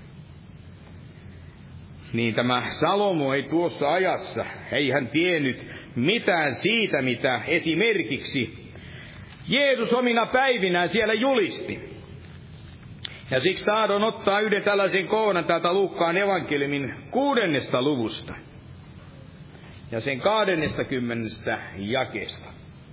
Niin tämä Salomo ei tuossa ajassa, ei hän tiennyt mitään siitä, mitä esimerkiksi Jeesus omina päivinään siellä julisti. Ja siksi tahdon ottaa yhden tällaisen kohdan täältä Luukkaan evankeliumin kuudennesta luvusta. Ja sen kahdennesta jakeesta.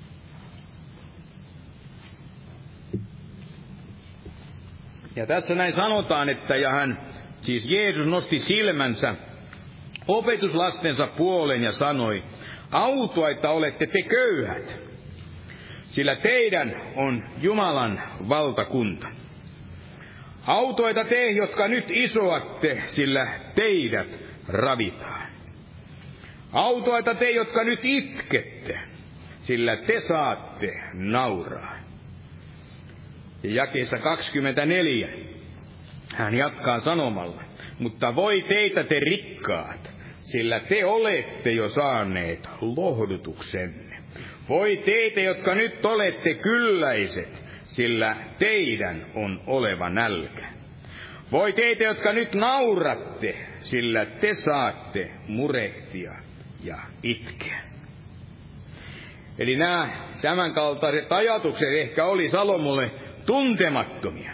Ja tässä näin sanotaan, että ja hän, siis Jeesus nosti silmänsä opetuslastensa puoleen ja sanoi, autua, että olette te köyhät, sillä teidän on Jumalan valtakunta. Autoita te, jotka nyt isoatte, sillä teidät ravitaan. Autoita te, jotka nyt itkette, sillä te saatte nauraa. Ja jakeessa kaksikymmentäneljä hän jatkaa sanomalla, mutta voi teitä te rikkaat, sillä te olette jo saaneet lohdutuksenne. Voi teitä, jotka nyt olette kylläiset, sillä teidän on oleva nälkä. Voi teitä, jotka nyt nauratte, sillä te saatte murehtia ja itkeä. Eli nämä tämänkaltaiset ajatukset ehkä oli Salomolle tuntemattomia.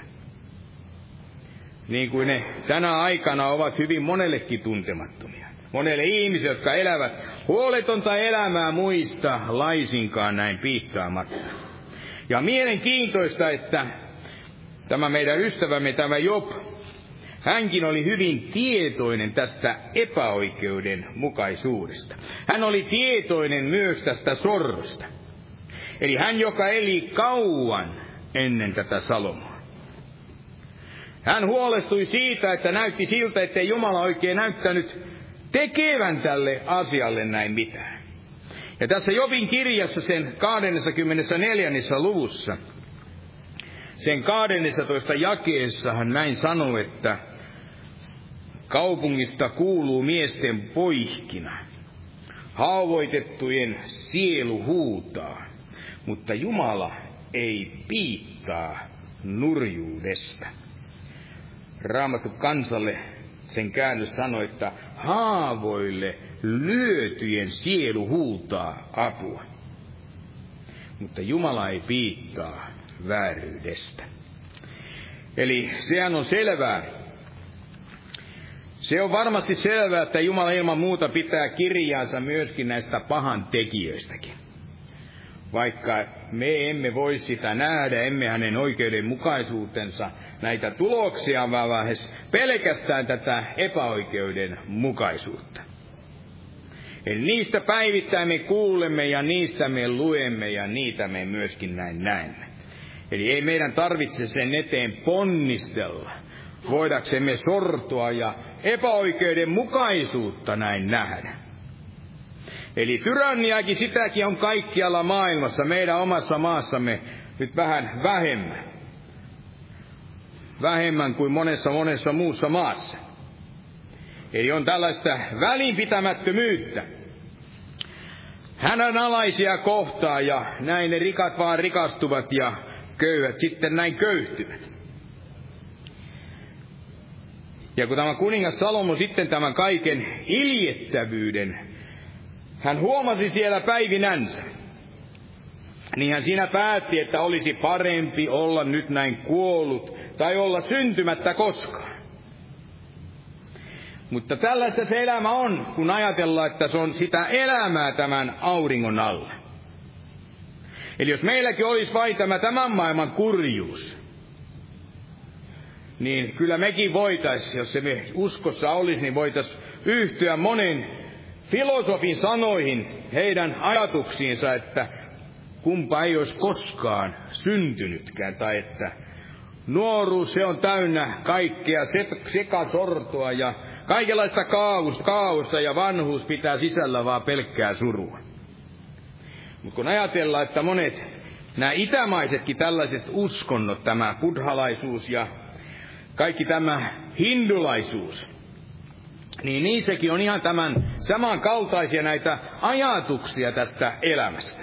Niin kuin ne tänä aikana ovat hyvin monellekin tuntemattomia. Monelle ihmisille, jotka elävät huoletonta elämää muista laisinkaan näin piittaamatta. Ja mielenkiintoista, että tämä meidän ystävämme, tämä Job, hänkin oli hyvin tietoinen tästä epäoikeudenmukaisuudesta. Hän oli tietoinen myös tästä sorrosta. Eli hän, joka eli kauan ennen tätä Salomoa. Hän huolestui siitä, että näytti siltä, ettei Jumala oikein näyttänyt tekevän tälle asialle näin mitään. Ja tässä Jobin kirjassa sen kahdeskymmenesneljäs luvussa, sen kahdennessatoista jakeessa hän näin sanoi, että kaupungista kuuluu miesten poihkina, haavoitettujen sielu huutaa, mutta Jumala ei piittaa nurjuudesta. Raamattu kansalle sen käännös sanoi, että haavoille lyötyjen sielu huutaa apua. Mutta Jumala ei piittaa vääryydestä. Eli sehän on selvää. Se on varmasti selvää, että Jumala ilman muuta pitää kirjaansa myöskin näistä pahan tekijöistäkin. Vaikka me emme voi sitä nähdä, emme hänen oikeudenmukaisuutensa näitä tuloksia, vaan lähes pelkästään tätä epäoikeudenmukaisuutta. Eli niistä päivittäin me kuulemme ja niistä me luemme ja niitä me myöskin näin näemme. Eli ei meidän tarvitse sen eteen ponnistella, voidaksemme sortua ja epäoikeudenmukaisuutta näin nähdä. Eli tyranniakin sitäkin on kaikkialla maailmassa, meidän omassa maassamme nyt vähän vähemmän. Vähemmän kuin monessa monessa muussa maassa. Eli on tällaista välinpitämättömyyttä hänen alaisia kohtaan, ja näin ne rikat vaan rikastuvat ja köyhät sitten näin köyhtyvät. Ja kun tämä kuningas Salomo sitten tämän kaiken iljettävyyden, hän huomasi siellä päivinänsä, niin hän siinä päätti, että olisi parempi olla nyt näin kuollut tai olla syntymättä koskaan. Mutta tällaista se elämä on, kun ajatellaan, että se on sitä elämää tämän auringon alla. Eli jos meilläkin olisi vain tämä tämän maailman kurjuus, niin kyllä mekin voitaisiin, jos se me uskossa olisi, niin voitaisiin yhtyä monen filosofin sanoihin, heidän ajatuksiinsa, että kumpa ei olisi koskaan syntynytkään, tai että nuoruus se on täynnä kaikkea sekasortoa ja kaikenlaista kaaosta, kaaosta ja vanhuus pitää sisällä vaan pelkkää surua. Mutta kun ajatellaan, että monet, nämä itämaisetkin tällaiset uskonnot, tämä buddhalaisuus ja kaikki tämä hindulaisuus, niin niissäkin on ihan tämän samankaltaisia näitä ajatuksia tästä elämästä.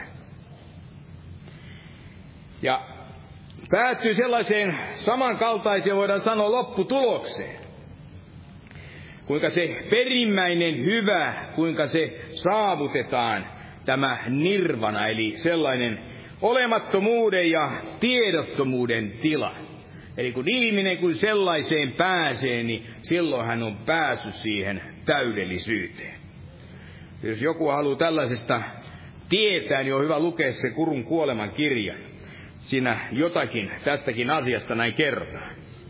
Ja päättyy sellaiseen samankaltaiseen, voidaan sanoa, lopputulokseen. Kuinka se perimmäinen hyvä, kuinka se saavutetaan, tämä nirvana, eli sellainen olemattomuuden ja tiedottomuuden tila. Eli kun ihminen kun sellaiseen pääsee, niin silloin hän on päässyt siihen täydellisyyteen. Jos joku haluaa tällaisesta tietää, niin on hyvä lukea se Kurun kuoleman kirja. Siinä jotakin tästäkin asiasta näin kerrotaan.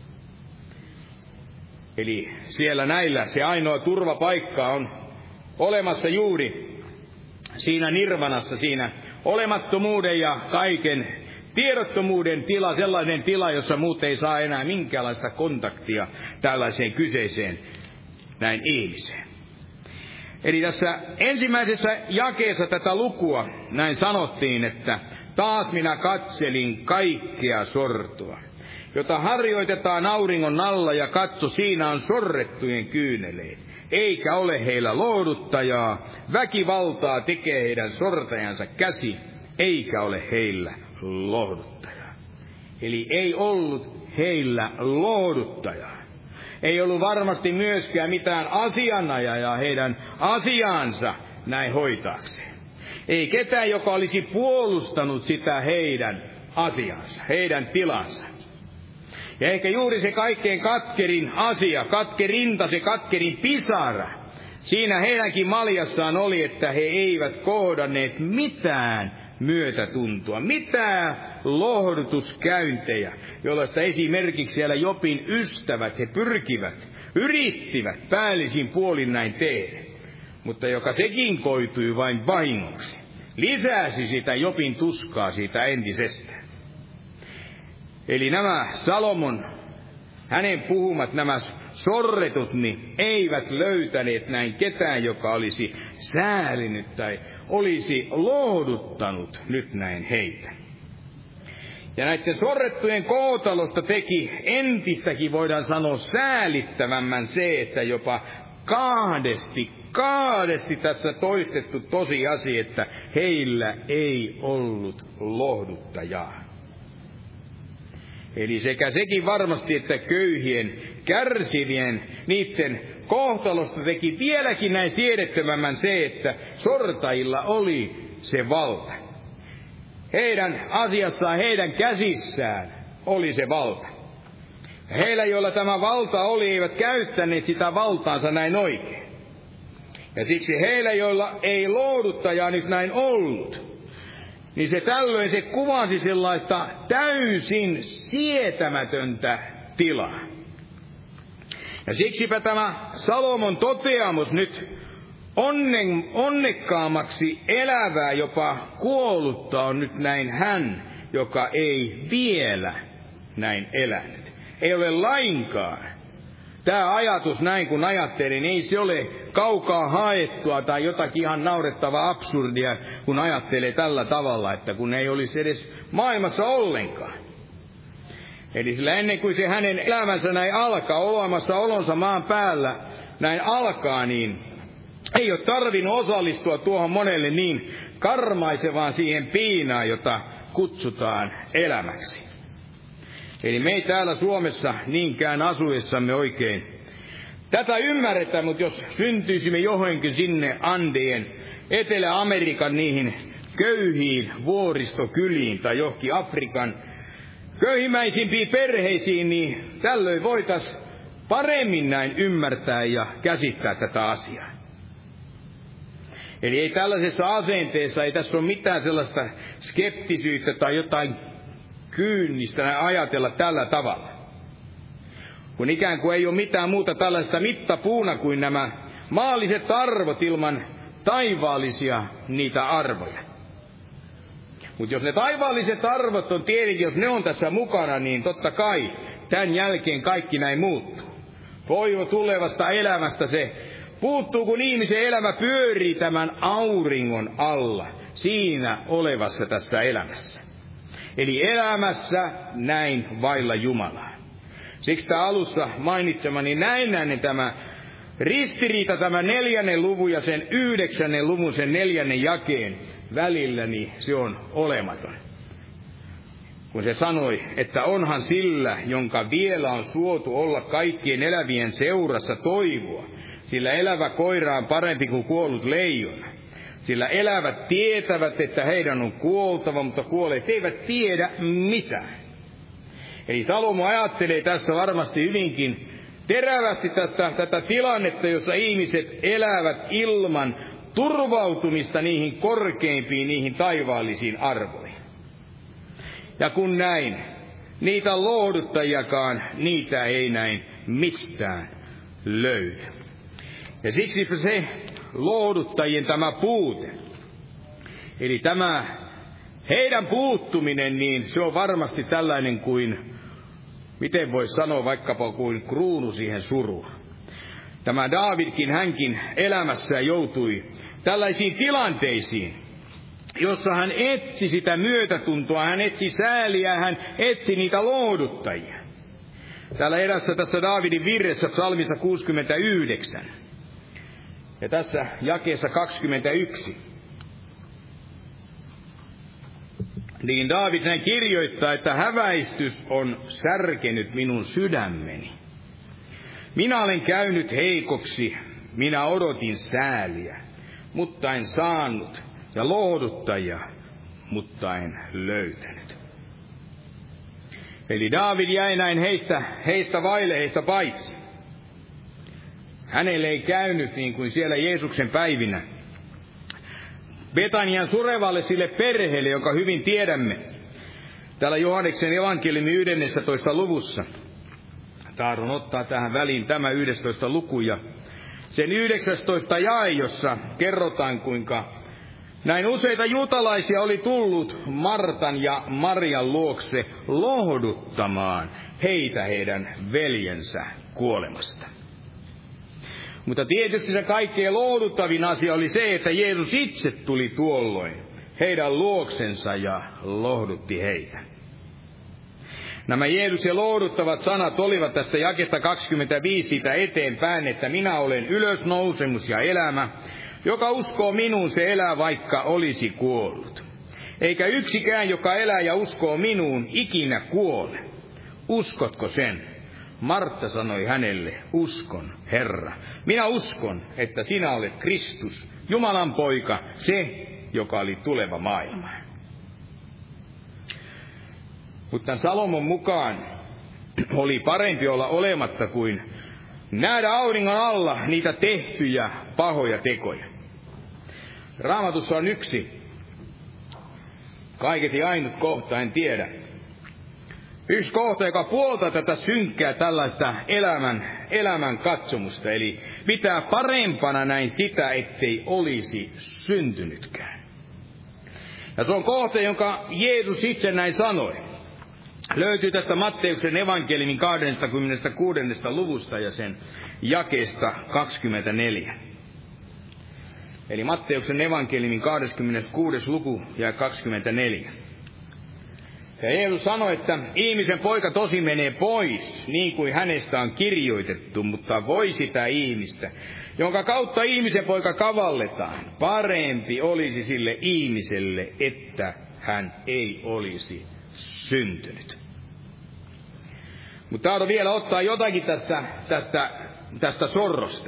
Eli siellä näillä se ainoa turvapaikka on olemassa juuri siinä nirvanassa, siinä olemattomuuden ja kaiken tiedottomuuden tila, sellainen tila, jossa muut ei saa enää minkäänlaista kontaktia tällaiseen kyseiseen näin ihmiseen. Eli tässä ensimmäisessä jakeessa tätä lukua näin sanottiin, että taas minä katselin kaikkea sortoa, jota harjoitetaan auringon alla, ja katso, siinä on sorrettujen kyyneleet, eikä ole heillä lohduttajaa, väkivaltaa tekee heidän sortajansa käsi, eikä ole heillä lohduttajaa. Eli ei ollut heillä lohduttajaa. Ei ollut varmasti myöskään mitään asianajajaa heidän asiaansa näin hoitaakseen. Ei ketään, joka olisi puolustanut sitä heidän asiansa, heidän tilansa. Ja ehkä juuri se kaikkein katkerin asia, katkerinta, se katkerin pisara, siinä heidänkin maljassaan oli, että he eivät kohdanneet mitään myötätuntoa, mitään lohdutuskäyntejä, jollaista esimerkiksi siellä Jobin ystävät, he pyrkivät, yrittivät päällisin puolin näin tehdä, mutta joka sekin koitui vain vahingoksi, lisäsi sitä Jobin tuskaa siitä entisestään. Eli nämä Salomon, hänen puhumat nämä sorretut, niin eivät löytäneet näin ketään, joka olisi säälinyt tai olisi lohduttanut nyt näin heitä. Ja näiden sorrettujen kohtalosta teki entistäkin, voidaan sanoa, säälittävämmän se, että jopa kahdesti, kahdesti tässä toistettu tosiasia, että heillä ei ollut lohduttajaa. Eli sekä sekin varmasti, että köyhien, kärsivien, niiden kohtalosta teki vieläkin näin siedettömämmän se, että sortajilla oli se valta. Heidän asiassaan, heidän käsissään oli se valta. Ja heillä, joilla tämä valta oli, eivät käyttäneet sitä valtaansa näin oikein. Ja siksi heillä, joilla ei lohduttajaa nyt näin ollut, niin se tällöin se kuvasi sellaista täysin sietämätöntä tilaa. Ja siksipä tämä Salomon toteamus nyt onnen, onnekkaammaksi elävää, jopa kuollutta on nyt näin hän, joka ei vielä näin elänyt. Ei ole lainkaan. Tämä ajatus näin kun ajattelin, ei se ole kaukaa haettua tai jotakin ihan naurettavaa absurdia, kun ajattelee tällä tavalla, että kun ei olisi edes maailmassa ollenkaan. Eli sillä ennen kuin se hänen elämänsä näin alkaa, olemassa olonsa maan päällä näin alkaa, niin ei ole tarvinnut osallistua tuohon monelle niin karmaisevaan siihen piinaan, jota kutsutaan elämäksi. Eli me ei täällä Suomessa niinkään asuessamme oikein tätä ymmärretä, mutta jos syntyisimme johonkin sinne Andien, Etelä-Amerikan niihin köyhiin vuoristokyliin tai johonkin Afrikan köyhimmäisimpiin perheisiin, niin tällöin voitaisiin paremmin näin ymmärtää ja käsittää tätä asiaa. Eli ei tällaisessa asenteessa, ei tässä ole mitään sellaista skeptisyyttä tai jotain kyynistä ajatella tällä tavalla. Kun ikään kuin ei ole mitään muuta tällaista mittapuuna kuin nämä maalliset arvot ilman taivaallisia niitä arvoja. Mutta jos ne taivaalliset arvot on tietenkin, jos ne on tässä mukana, niin totta kai tämän jälkeen kaikki näin muuttuu. Toivo tulevasta elämästä se puuttuu, kun ihmisen elämä pyörii tämän auringon alla, siinä olevassa tässä elämässä. Eli elämässä näin vailla Jumalaa. Siksi tämä alussa mainitsemani näennäinen tämä ristiriita, tämä neljännen luvun ja sen yhdeksännen luvun, sen neljännen jakeen välillä, niin se on olematon. Kun se sanoi, että onhan sillä, jonka vielä on suotu olla kaikkien elävien seurassa toivoa, sillä elävä koira on parempi kuin kuollut leijona. Sillä elävät tietävät, että heidän on kuoltava, mutta kuolleet eivät tiedä mitään. Eli Salomo ajattelee tässä varmasti hyvinkin terävästi tästä, tätä tilannetta, jossa ihmiset elävät ilman turvautumista niihin korkeimpiin, niihin taivaallisiin arvoihin. Ja kun näin, niitä lohduttajiakaan, niitä ei näin mistään löydy. Ja siksi se lohduttajien tämä puute, eli tämä heidän puuttuminen, niin se on varmasti tällainen kuin, miten voisi sanoa, vaikkapa kuin kruunu siihen suruun. Tämä Daavidkin, hänkin elämässään joutui tällaisiin tilanteisiin, jossa hän etsi sitä myötätuntoa, hän etsi sääliä, hän etsi niitä lohduttajia. Täällä erässä tässä Daavidin virressä psalmissa kuusikymmentäyhdeksän ja tässä jakeessa kaksikymmentäyksi. Niin Daavid näin kirjoittaa, että häväistys on särkenyt minun sydämeni. Minä olen käynyt heikoksi, minä odotin sääliä, mutta en saanut, ja lohduttajia, mutta en löytänyt. Eli Daavid jäi näin heistä, heistä vaille, heistä paitsi. Hänelle ei käynyt niin kuin siellä Jeesuksen päivinä. Betanian surevalle sille perheelle, jonka hyvin tiedämme, täällä Johanneksen evankeliumin yhdennessätoista luvussa. Tahdon ottaa tähän väliin tämä yhdestoista luku ja sen yhdeksästoista jae, jossa kerrotaan, kuinka näin useita juutalaisia oli tullut Martan ja Marian luokse lohduttamaan heitä heidän veljensä kuolemasta. Mutta tietysti se kaikkein lohduttavin asia oli se, että Jeesus itse tuli tuolloin heidän luoksensa ja lohdutti heitä. Nämä Jeesuksen lohduttavat sanat olivat tästä jakesta kaksikymmentäviisi siitä eteenpäin, että minä olen ylösnousemus ja elämä. Joka uskoo minuun, se elää, vaikka olisi kuollut. Eikä yksikään, joka elää ja uskoo minuun, ikinä kuole. Uskotko sen? Martta sanoi hänelle, uskon, Herra. Minä uskon, että sinä olet Kristus, Jumalan poika, se, joka oli tuleva maailmaan. Mutta Salomon mukaan oli parempi olla olematta kuin nähdä auringon alla niitä tehtyjä pahoja tekoja. Raamatussa on yksi, kaiketi ainut kohta, en tiedä. Yksi kohta, joka puoltaa tätä synkkää tällaista elämän, elämän katsomusta. Eli pitää parempana näin sitä, ettei olisi syntynytkään. Ja se on kohta, jonka Jeesus itse näin sanoi. Löytyy tästä Matteuksen evankeliumin kaksikymmentäkuudennesta luvusta ja sen jakeesta kaksikymmentäneljä. Eli Matteuksen evankeliumin kaksikymmentäkuudes luku ja kaksikymmentäneljä. Ja Jeesus sanoi, että ihmisen poika tosi menee pois, niin kuin hänestä on kirjoitettu, mutta voi sitä ihmistä, jonka kautta ihmisen poika kavalletaan. Parempi olisi sille ihmiselle, että hän ei olisi syntynyt. Mutta tahdon vielä ottaa jotakin tästä, tästä, tästä sorrosta.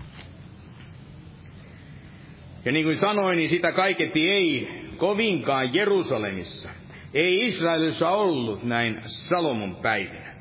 Ja niin kuin sanoin, niin sitä kaiketi ei kovinkaan Jerusalemissa, ei Israelissa ollut näin Salomon päivinä.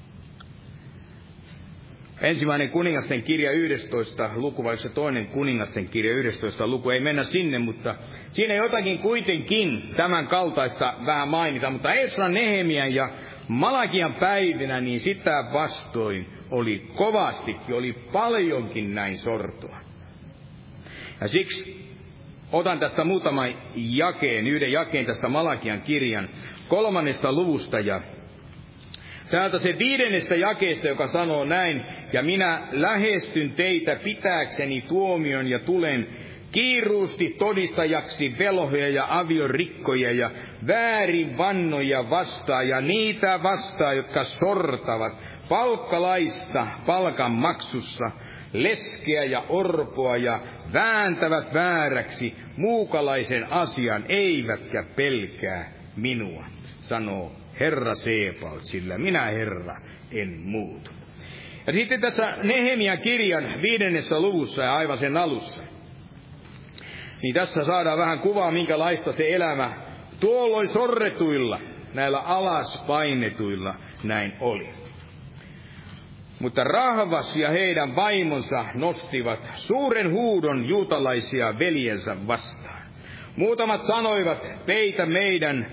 Ensimmäinen kuningasten kirja yhdestoista luku, vai se toinen kuningasten kirja yhdestoista luku, ei mennä sinne, mutta siinä jotakin kuitenkin tämän kaltaista vähän mainita. Mutta Esran, Nehemian ja Malakian päivinä, niin sitä vastoin oli kovastikin, oli paljonkin näin sortoa. Ja siksi otan tästä muutaman jakeen, yhden jakeen tästä Malakian kirjan kolmannesta luvusta ja täältä se viidennestä jakeesta, joka sanoo näin, ja minä lähestyn teitä pitääkseni tuomion ja tulen kiiruusti todistajaksi velhoja ja aviorikkoja ja väärin vannoja vastaan ja niitä vastaan, jotka sortavat palkkalaista palkan maksussa, leskeä ja orpoa ja vääntävät vääräksi muukalaisen asian, eivätkä pelkää minua, sanoo Herra Sebaot, sillä minä Herra en muutu. Ja sitten tässä Nehemian kirjan viidennessä luvussa ja aivan sen alussa, niin tässä saadaan vähän kuvaa, minkälaista se elämä tuolloin sorretuilla, näillä alaspainetuilla näin oli. Mutta Rahvas ja heidän vaimonsa nostivat suuren huudon juutalaisia veljensä vastaan. Muutamat sanoivat, peitä meidän,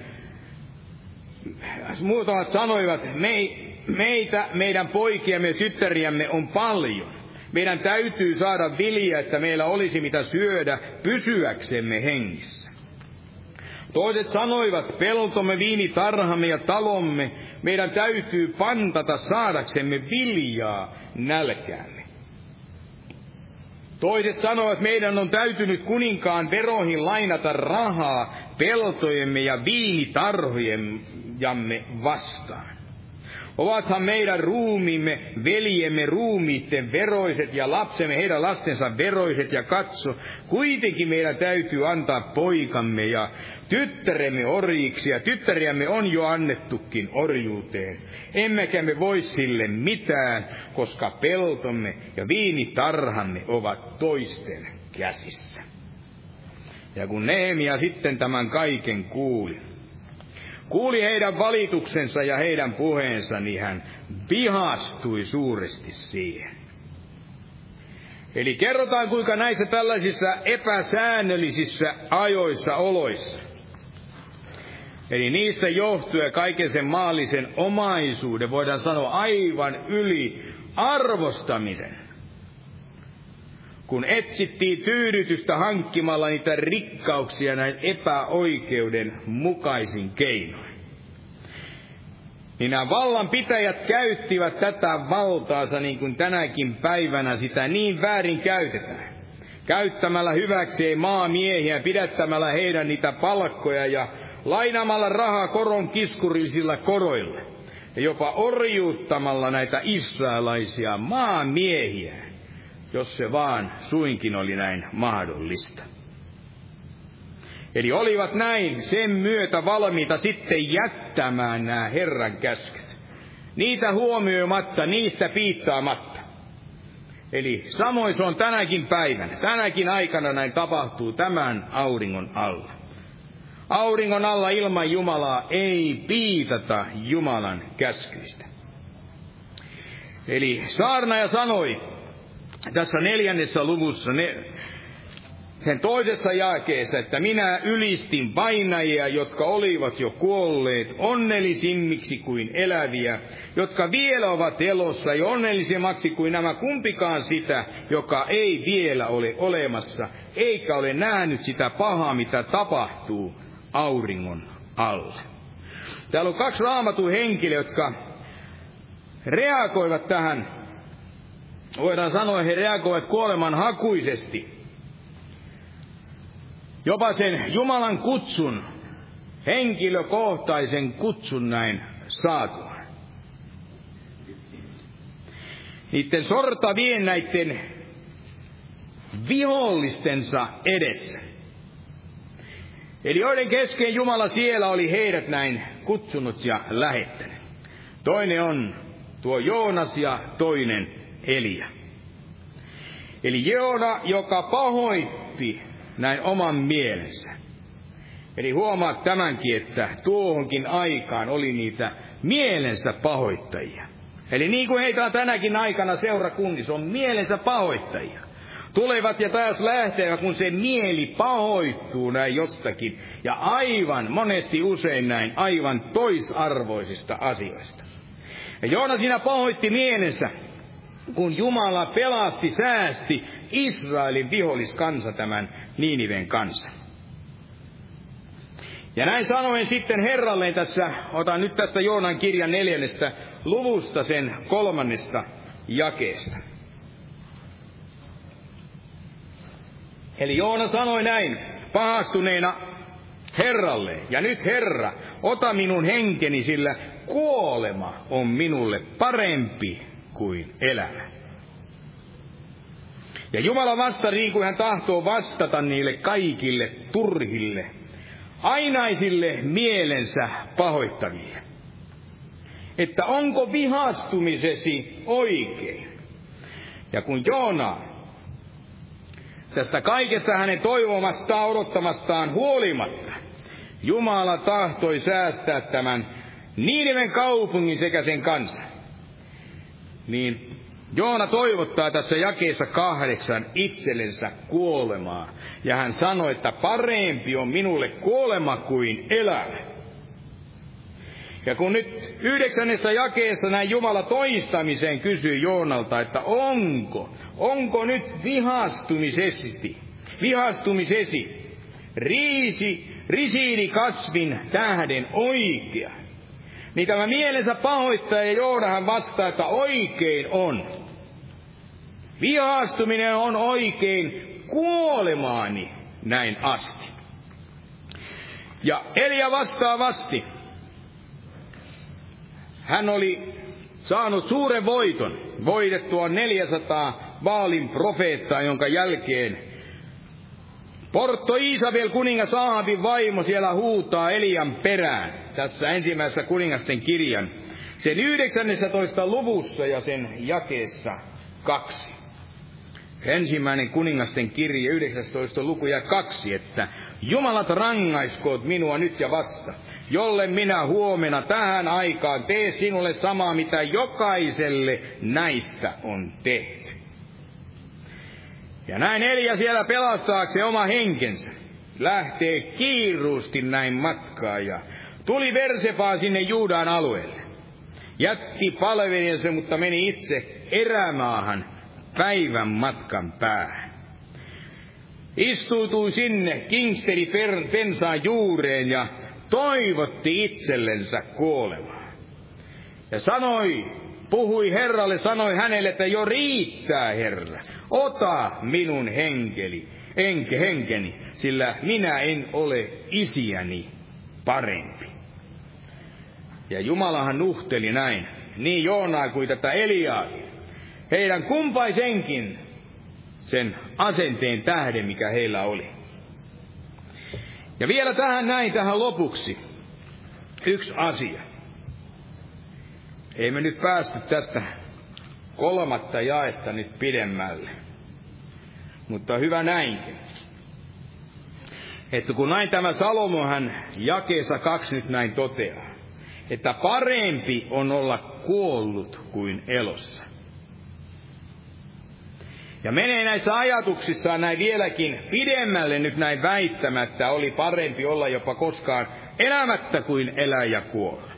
muutamat sanoivat, me, meitä, meidän poikiamme ja tyttäriämme on paljon. Meidän täytyy saada viljaa, että meillä olisi mitä syödä pysyäksemme hengissä. Toiset sanoivat, peltomme, viinitarhamme ja talomme meidän täytyy pantata saadaksemme viljaa nälkäämme. Toiset sanoivat, meidän on täytynyt kuninkaan veroihin lainata rahaa peltojemme ja viinitarhojamme vastaan. Ovathan meidän ruumiimme, veljemme ruumiitten veroiset ja lapsemme heidän lastensa veroiset, ja katso, kuitenkin meidän täytyy antaa poikamme ja tyttäremme orjiksi, ja tyttäriämme on jo annettukin orjuuteen. Emmekä me voi sille mitään, koska peltomme ja viinitarhamme ovat toisten käsissä. Ja kun Nehemia sitten tämän kaiken kuuli, kuuli heidän valituksensa ja heidän puheensa, niin hän vihastui suuresti siihen. Eli kerrotaan, kuinka näissä tällaisissa epäsäännöllisissä ajoissa, oloissa, eli niistä johtuen kaiken sen maallisen omaisuuden, voidaan sanoa aivan yli arvostamisen, kun etsittiin tyydytystä hankkimalla niitä rikkauksia näin epäoikeuden mukaisin keinoin, niin nämä vallanpitäjät käyttivät tätä valtaansa niin kuin tänäkin päivänä sitä niin väärin käytetään. Käyttämällä hyväkseen maamiehiä, pidättämällä heidän niitä palkkoja ja lainaamalla rahaa koron kiskurillisilla koroilla. Ja jopa orjuuttamalla näitä israelaisia maamiehiä, jos se vaan suinkin oli näin mahdollista. Eli olivat näin sen myötä valmiita sitten jättämään nämä Herran käskyt. Niitä huomioimatta, niistä piittaamatta. Eli samoin se on tänäkin päivänä, tänäkin aikana näin tapahtuu tämän auringon alla. Auringon alla ilman Jumalaa ei piitata Jumalan käskyistä. Eli saarnaaja sanoi tässä neljännessä luvussa, ne, sen toisessa jakeessa, että minä ylistin vainajia, jotka olivat jo kuolleet, onnellisimmiksi kuin eläviä, jotka vielä ovat elossa, ja onnellisemmaksi kuin nämä kumpikaan sitä, joka ei vielä ole olemassa, eikä ole nähnyt sitä pahaa, mitä tapahtuu auringon alla. Täällä on kaksi Raamatun henkilöä, jotka reagoivat tähän. Voidaan sanoa, että he reagoivat kuolemanhakuisesti. Jopa sen Jumalan kutsun, henkilökohtaisen kutsun näin saatua. Niiden sortavien näiden vihollistensa edessä. Eli joiden kesken Jumala siellä oli heidät näin kutsunut ja lähettänyt. Toinen on tuo Joonas ja toinen Elia. Eli Joona, joka pahoitti näin oman mielensä. Eli huomaat tämänkin, että tuohonkin aikaan oli niitä mielensä pahoittajia. Eli niin kuin heitä on tänäkin aikana seurakunnissa, on mielensä pahoittajia. Tulevat ja taas lähtevät, kun se mieli pahoittuu näin jostakin. Ja aivan, monesti usein näin, aivan toisarvoisista asioista. Ja Joona siinä pahoitti mielensä, kun Jumala pelasti, säästi Israelin viholliskansa, tämän Niiniven kansan. Ja näin sanoen sitten Herralleen tässä, otan nyt tästä Joonan kirjan neljännestä luvusta sen kolmannesta jakeesta. Eli Joona sanoi näin pahastuneena Herralle, ja nyt Herra, ota minun henkeni, sillä kuolema on minulle parempi kuin elämä. Ja Jumala vastasi niin kuin hän tahtoo vastata niille kaikille turhille, ainaisille mielensä pahoittaville. Että onko vihastumisesi oikein? Ja kun Joona tästä kaikesta hänen toivomastaan, odottamastaan huolimatta, Jumala tahtoi säästää tämän Niiniven kaupungin sekä sen kansan, niin Joona toivottaa tässä jakeessa kahdeksan itsellensä kuolemaa. Ja hän sanoi, että parempi on minulle kuolema kuin elämä. Ja kun nyt yhdeksännessä jakeessa näin Jumala toistamiseen kysyy Joonalta, että onko, onko nyt vihastumisesi, vihastumisesi riisi, risiinikasvin tähden oikea. Niin tämä mielensä pahoittaja Joonahan vastaa, että oikein on. Vihaastuminen on oikein kuolemaani näin asti. Ja Elia vastaavasti. Hän oli saanut suuren voiton, voitettua neljäsataa Baalin profeettaa, jonka jälkeen Porto Iisabel kuningas Ahabin vaimo siellä huutaa Elian perään. Tässä ensimmäisessä kuningasten kirjan, sen yhdeksännentoista luvussa ja sen jakeessa kaksi. Ensimmäinen kuningasten kirja, yhdeksästoista luku ja kaksi, että Jumalat rangaiskoot minua nyt ja vasta, jolle minä huomenna tähän aikaan tee sinulle samaa, mitä jokaiselle näistä on tehty. Ja näin Elia siellä pelastaakseen oma henkensä lähtee kiiruusti näin matkaa ja tuli Bersebaan sinne Juudan alueelle. Jätti palvelijansa, mutta meni itse erämaahan päivän matkan päähän. Istuutui sinne kingsteri pensaan juureen ja toivotti itsellensä kuolemaa. Ja sanoi, puhui Herralle, sanoi hänelle, että jo riittää, Herra. Ota minun henkeli, enke, henkeni, sillä minä en ole isiäni parempi. Ja Jumalahan nuhteli näin, niin Joonaa kuin tätä Eliaakin, heidän kumpaisenkin sen asenteen tähden, mikä heillä oli. Ja vielä tähän näin, tähän lopuksi, yksi asia. Ei me nyt päästy tästä kolmatta jaetta nyt pidemmälle, mutta hyvä näinkin. Että kun näin tämä Salomo hän jakeessa kaksi nyt näin toteaa, että parempi on olla kuollut kuin elossa. Ja menee näissä ajatuksissaan näin vieläkin pidemmälle nyt näin väittämättä, oli parempi olla jopa koskaan elämättä kuin elää ja kuolla.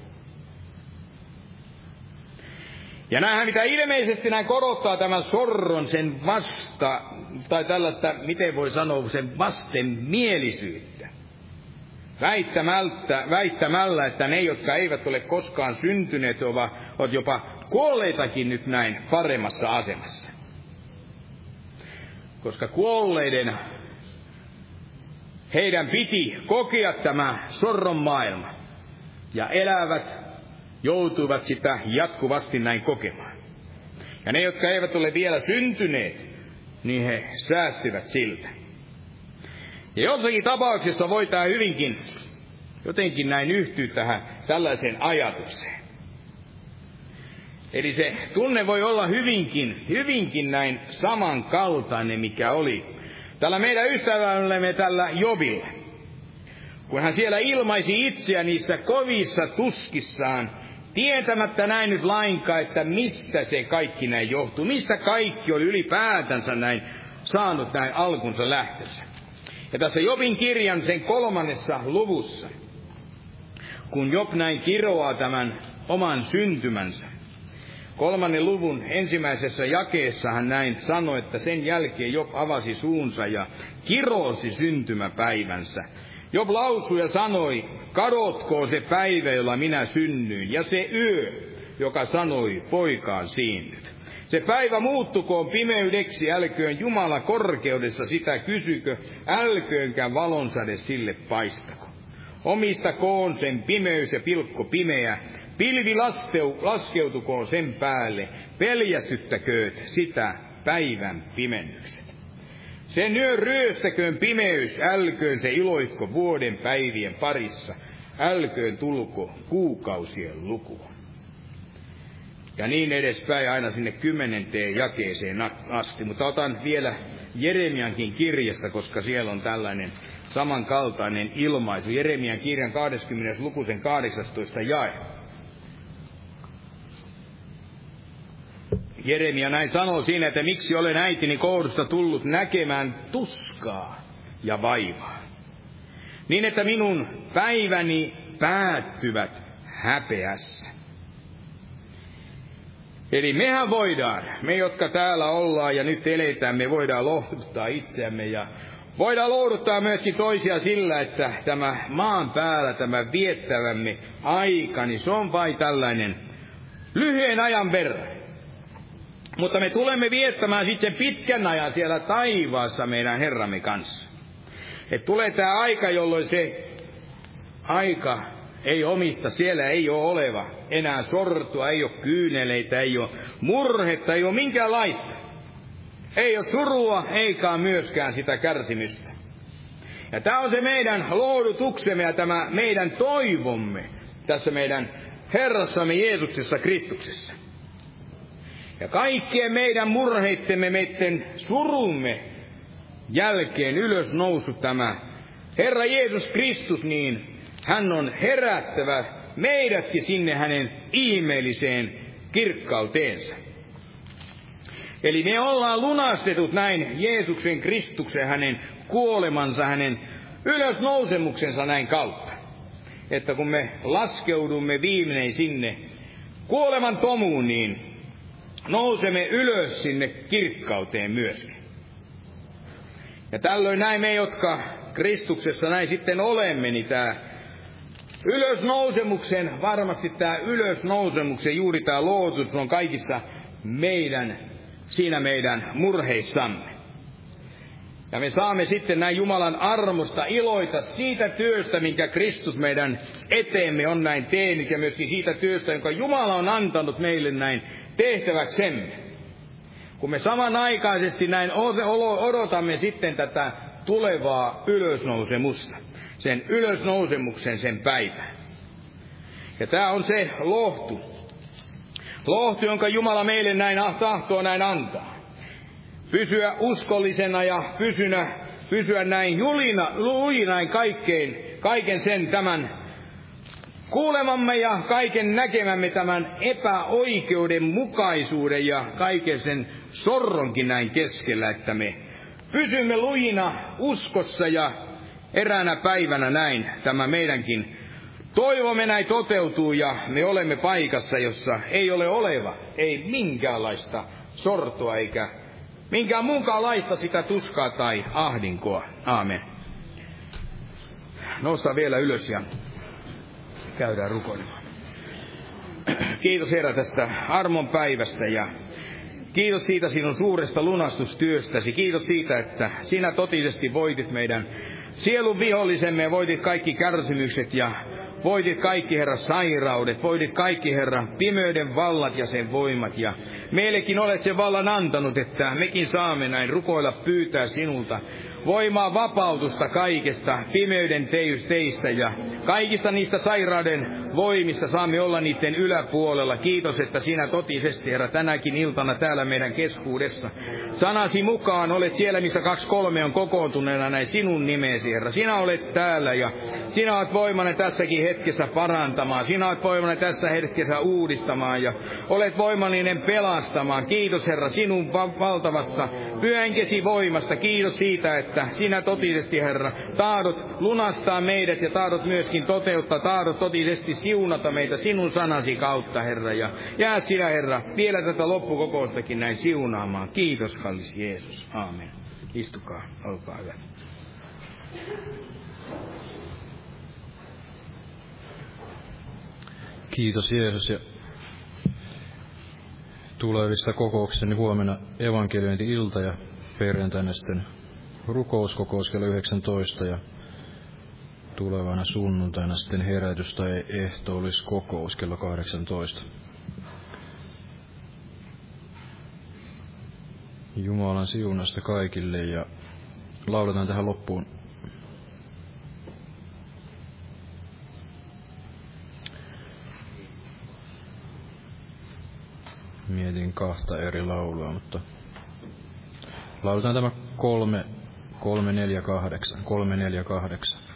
Ja näinhän mitä ilmeisesti näin korottaa tämän sorron sen vasta, tai tällaista, miten voi sanoa, sen vastenmielisyyttä. Väittämällä, väittämällä, että ne, jotka eivät ole koskaan syntyneet, ovat jopa kuolleitakin nyt näin paremmassa asemassa. Koska kuolleiden, heidän piti kokea tämä sorron maailma. Ja elävät joutuivat sitä jatkuvasti näin kokemaan. Ja ne, jotka eivät ole vielä syntyneet, niin he säästyvät siltä. Ja jossakin tapauksessa voidaan hyvinkin jotenkin näin yhtyä tähän tällaiseen ajatukseen. Eli se tunne voi olla hyvinkin, hyvinkin näin samankaltainen, mikä oli tällä meidän ystävällemme tällä Jobilla. Kun hän siellä ilmaisi itseä niissä kovissa tuskissaan, tietämättä näin nyt lainkaan, että mistä se kaikki näin johtuu, mistä kaikki oli ylipäätänsä näin saanut näin alkunsa lähtönsä. Ja tässä Jobin kirjan sen kolmannessa luvussa, kun Job näin kiroaa tämän oman syntymänsä, kolmannen luvun ensimmäisessä jakeessa hän näin sanoi, että sen jälkeen Job avasi suunsa ja kirosi syntymäpäivänsä. Job lausui ja sanoi, kadotkoon se päivä, jolla minä synnyin, ja se yö, joka sanoi, poikaan siinnyt. Se päivä muuttukoon pimeydeksi, älköön Jumala korkeudessa sitä kysykö, älköönkään valonsäde sille paistako. Omistakoon sen pimeys ja pilkko pimeä, pilvi lasteu, laskeutukoon sen päälle, peljästyttäkööt sitä päivän pimennykset. Sen yön ryöstäköön pimeys, älköön se iloitko vuoden päivien parissa, älköön tulko kuukausien lukuun. Ja niin edespäin aina sinne kymmenenteen jakeeseen asti. Mutta otan vielä Jeremiankin kirjasta, koska siellä on tällainen samankaltainen ilmaisu. Jeremian kirjan kahdeskymmenes luku, sen kahdeksastoista jae. Jeremia näin sanoo siinä, että miksi olen äitini kohdusta tullut näkemään tuskaa ja vaivaa. Niin, että minun päiväni päättyvät häpeässä. Eli mehän voidaan, me jotka täällä ollaan ja nyt eletään, me voidaan lohduttaa itseämme ja Voidaan lohduttaa myöskin toisia sillä, että tämä maan päällä, tämä viettävämme aika, niin se on vain tällainen lyhyen ajan verran. Mutta me tulemme viettämään sitten pitkän ajan siellä taivaassa meidän Herramme kanssa. Että tulee tämä aika, jolloin se aika ei omista, siellä ei ole oleva enää sortua, ei ole kyyneleitä, ei ole murhetta, ei ole minkäänlaista. Ei ole surua, eikä myöskään sitä kärsimystä. Ja tämä on se meidän lohdutuksemme ja tämä meidän toivomme tässä meidän Herrassamme Jeesuksessa Kristuksessa. Ja kaikkien meidän murheittemme, meidän surumme jälkeen ylös noussut tämä Herra Jeesus Kristus, niin hän on herättävä meidätkin sinne hänen ihmeelliseen kirkkauteensa. Eli me ollaan lunastetut näin Jeesuksen Kristuksen, hänen kuolemansa, hänen ylösnousemuksensa näin kautta. Että kun me laskeudumme viimein sinne kuoleman tomuun, niin nousemme ylös sinne kirkkauteen myöskin. Ja tällöin näin me, jotka Kristuksessa näin sitten olemme, niin tämä ylösnousemuksen, varmasti tämä ylösnousemuksen, juuri tämä lohdutus on kaikissa meidän, siinä meidän murheissamme. Ja me saamme sitten näin Jumalan armosta iloita siitä työstä, minkä Kristus meidän eteemme on näin tehnyt, ja myöskin siitä työstä, jonka Jumala on antanut meille näin tehtäväksemme. Kun me samanaikaisesti näin odotamme sitten tätä tulevaa ylösnousemusta, sen ylösnousemuksen, sen päivän. Ja tämä on se lohtu. Lohtu, jonka Jumala meille näin tahtoo näin antaa. Pysyä uskollisena ja pysynä, pysyä näin julina, lujinain kaikkein, kaiken sen tämän kuulemamme ja kaiken näkemämme tämän epäoikeudenmukaisuuden ja kaiken sen sorronkin näin keskellä, että me pysymme lujina uskossa ja eräänä päivänä näin tämä meidänkin toivomme näin toteutuu ja me olemme paikassa, jossa ei ole oleva, ei minkäänlaista sortoa eikä minkään muunkaanlaista sitä tuskaa tai ahdinkoa. Aamen. Noustaan vielä ylös ja käydään rukoilemaan. Kiitos Herra tästä armon päivästä ja kiitos siitä sinun suuresta lunastustyöstäsi. Kiitos siitä, että sinä totisesti voitit meidän sielun vihollisemme ja voitit kaikki kärsimykset ja voitit kaikki, Herra, sairaudet, voitit kaikki, Herra, pimeyden vallat ja sen voimat. Ja meillekin olet sen vallan antanut, että mekin saamme näin rukoilla pyytää sinulta voimaa, vapautusta kaikesta pimeyden teistä ja kaikista niistä sairauden voimista saamme olla niiden yläpuolella. Kiitos, että sinä totisesti, Herra, tänäkin iltana täällä meidän keskuudessa sanasi mukaan olet siellä, missä kaksi kolme on kokoontuneena näin sinun nimeesi, Herra. Sinä olet täällä ja sinä olet voimainen tässäkin hetkessä parantamaan. Sinä olet voimainen tässä hetkessä uudistamaan ja olet voimallinen pelastamaan. Kiitos, Herra, sinun valtavasta pyhänkesi voimasta. Kiitos siitä, että sinä totisesti, Herra, tahdot lunastaa meidät ja tahdot myöskin toteuttaa, tahdot totisesti siunata meitä sinun sanasi kautta, Herra. Ja jää sinä, Herra, vielä tätä loppukokoustakin näin siunaamaan. Kiitos, kallis Jeesus. Aamen. Istukaa, olkaa hyvä. Kiitos Jeesus ja tulevista kokouksista huomenna evankeliointi-ilta ja perjantaina sitten rukouskokous kello yhdeksäntoista ja tulevana sunnuntaina sitten herätys- tai ehtoolliskokous kello kahdeksantoista. Jumalan siunasta kaikille ja lauletaan tähän loppuun mietin kahta eri laulua, mutta lauletaan tämä kolme, kolme, neljä, kahdeksan, kolme, neljä, kahdeksan.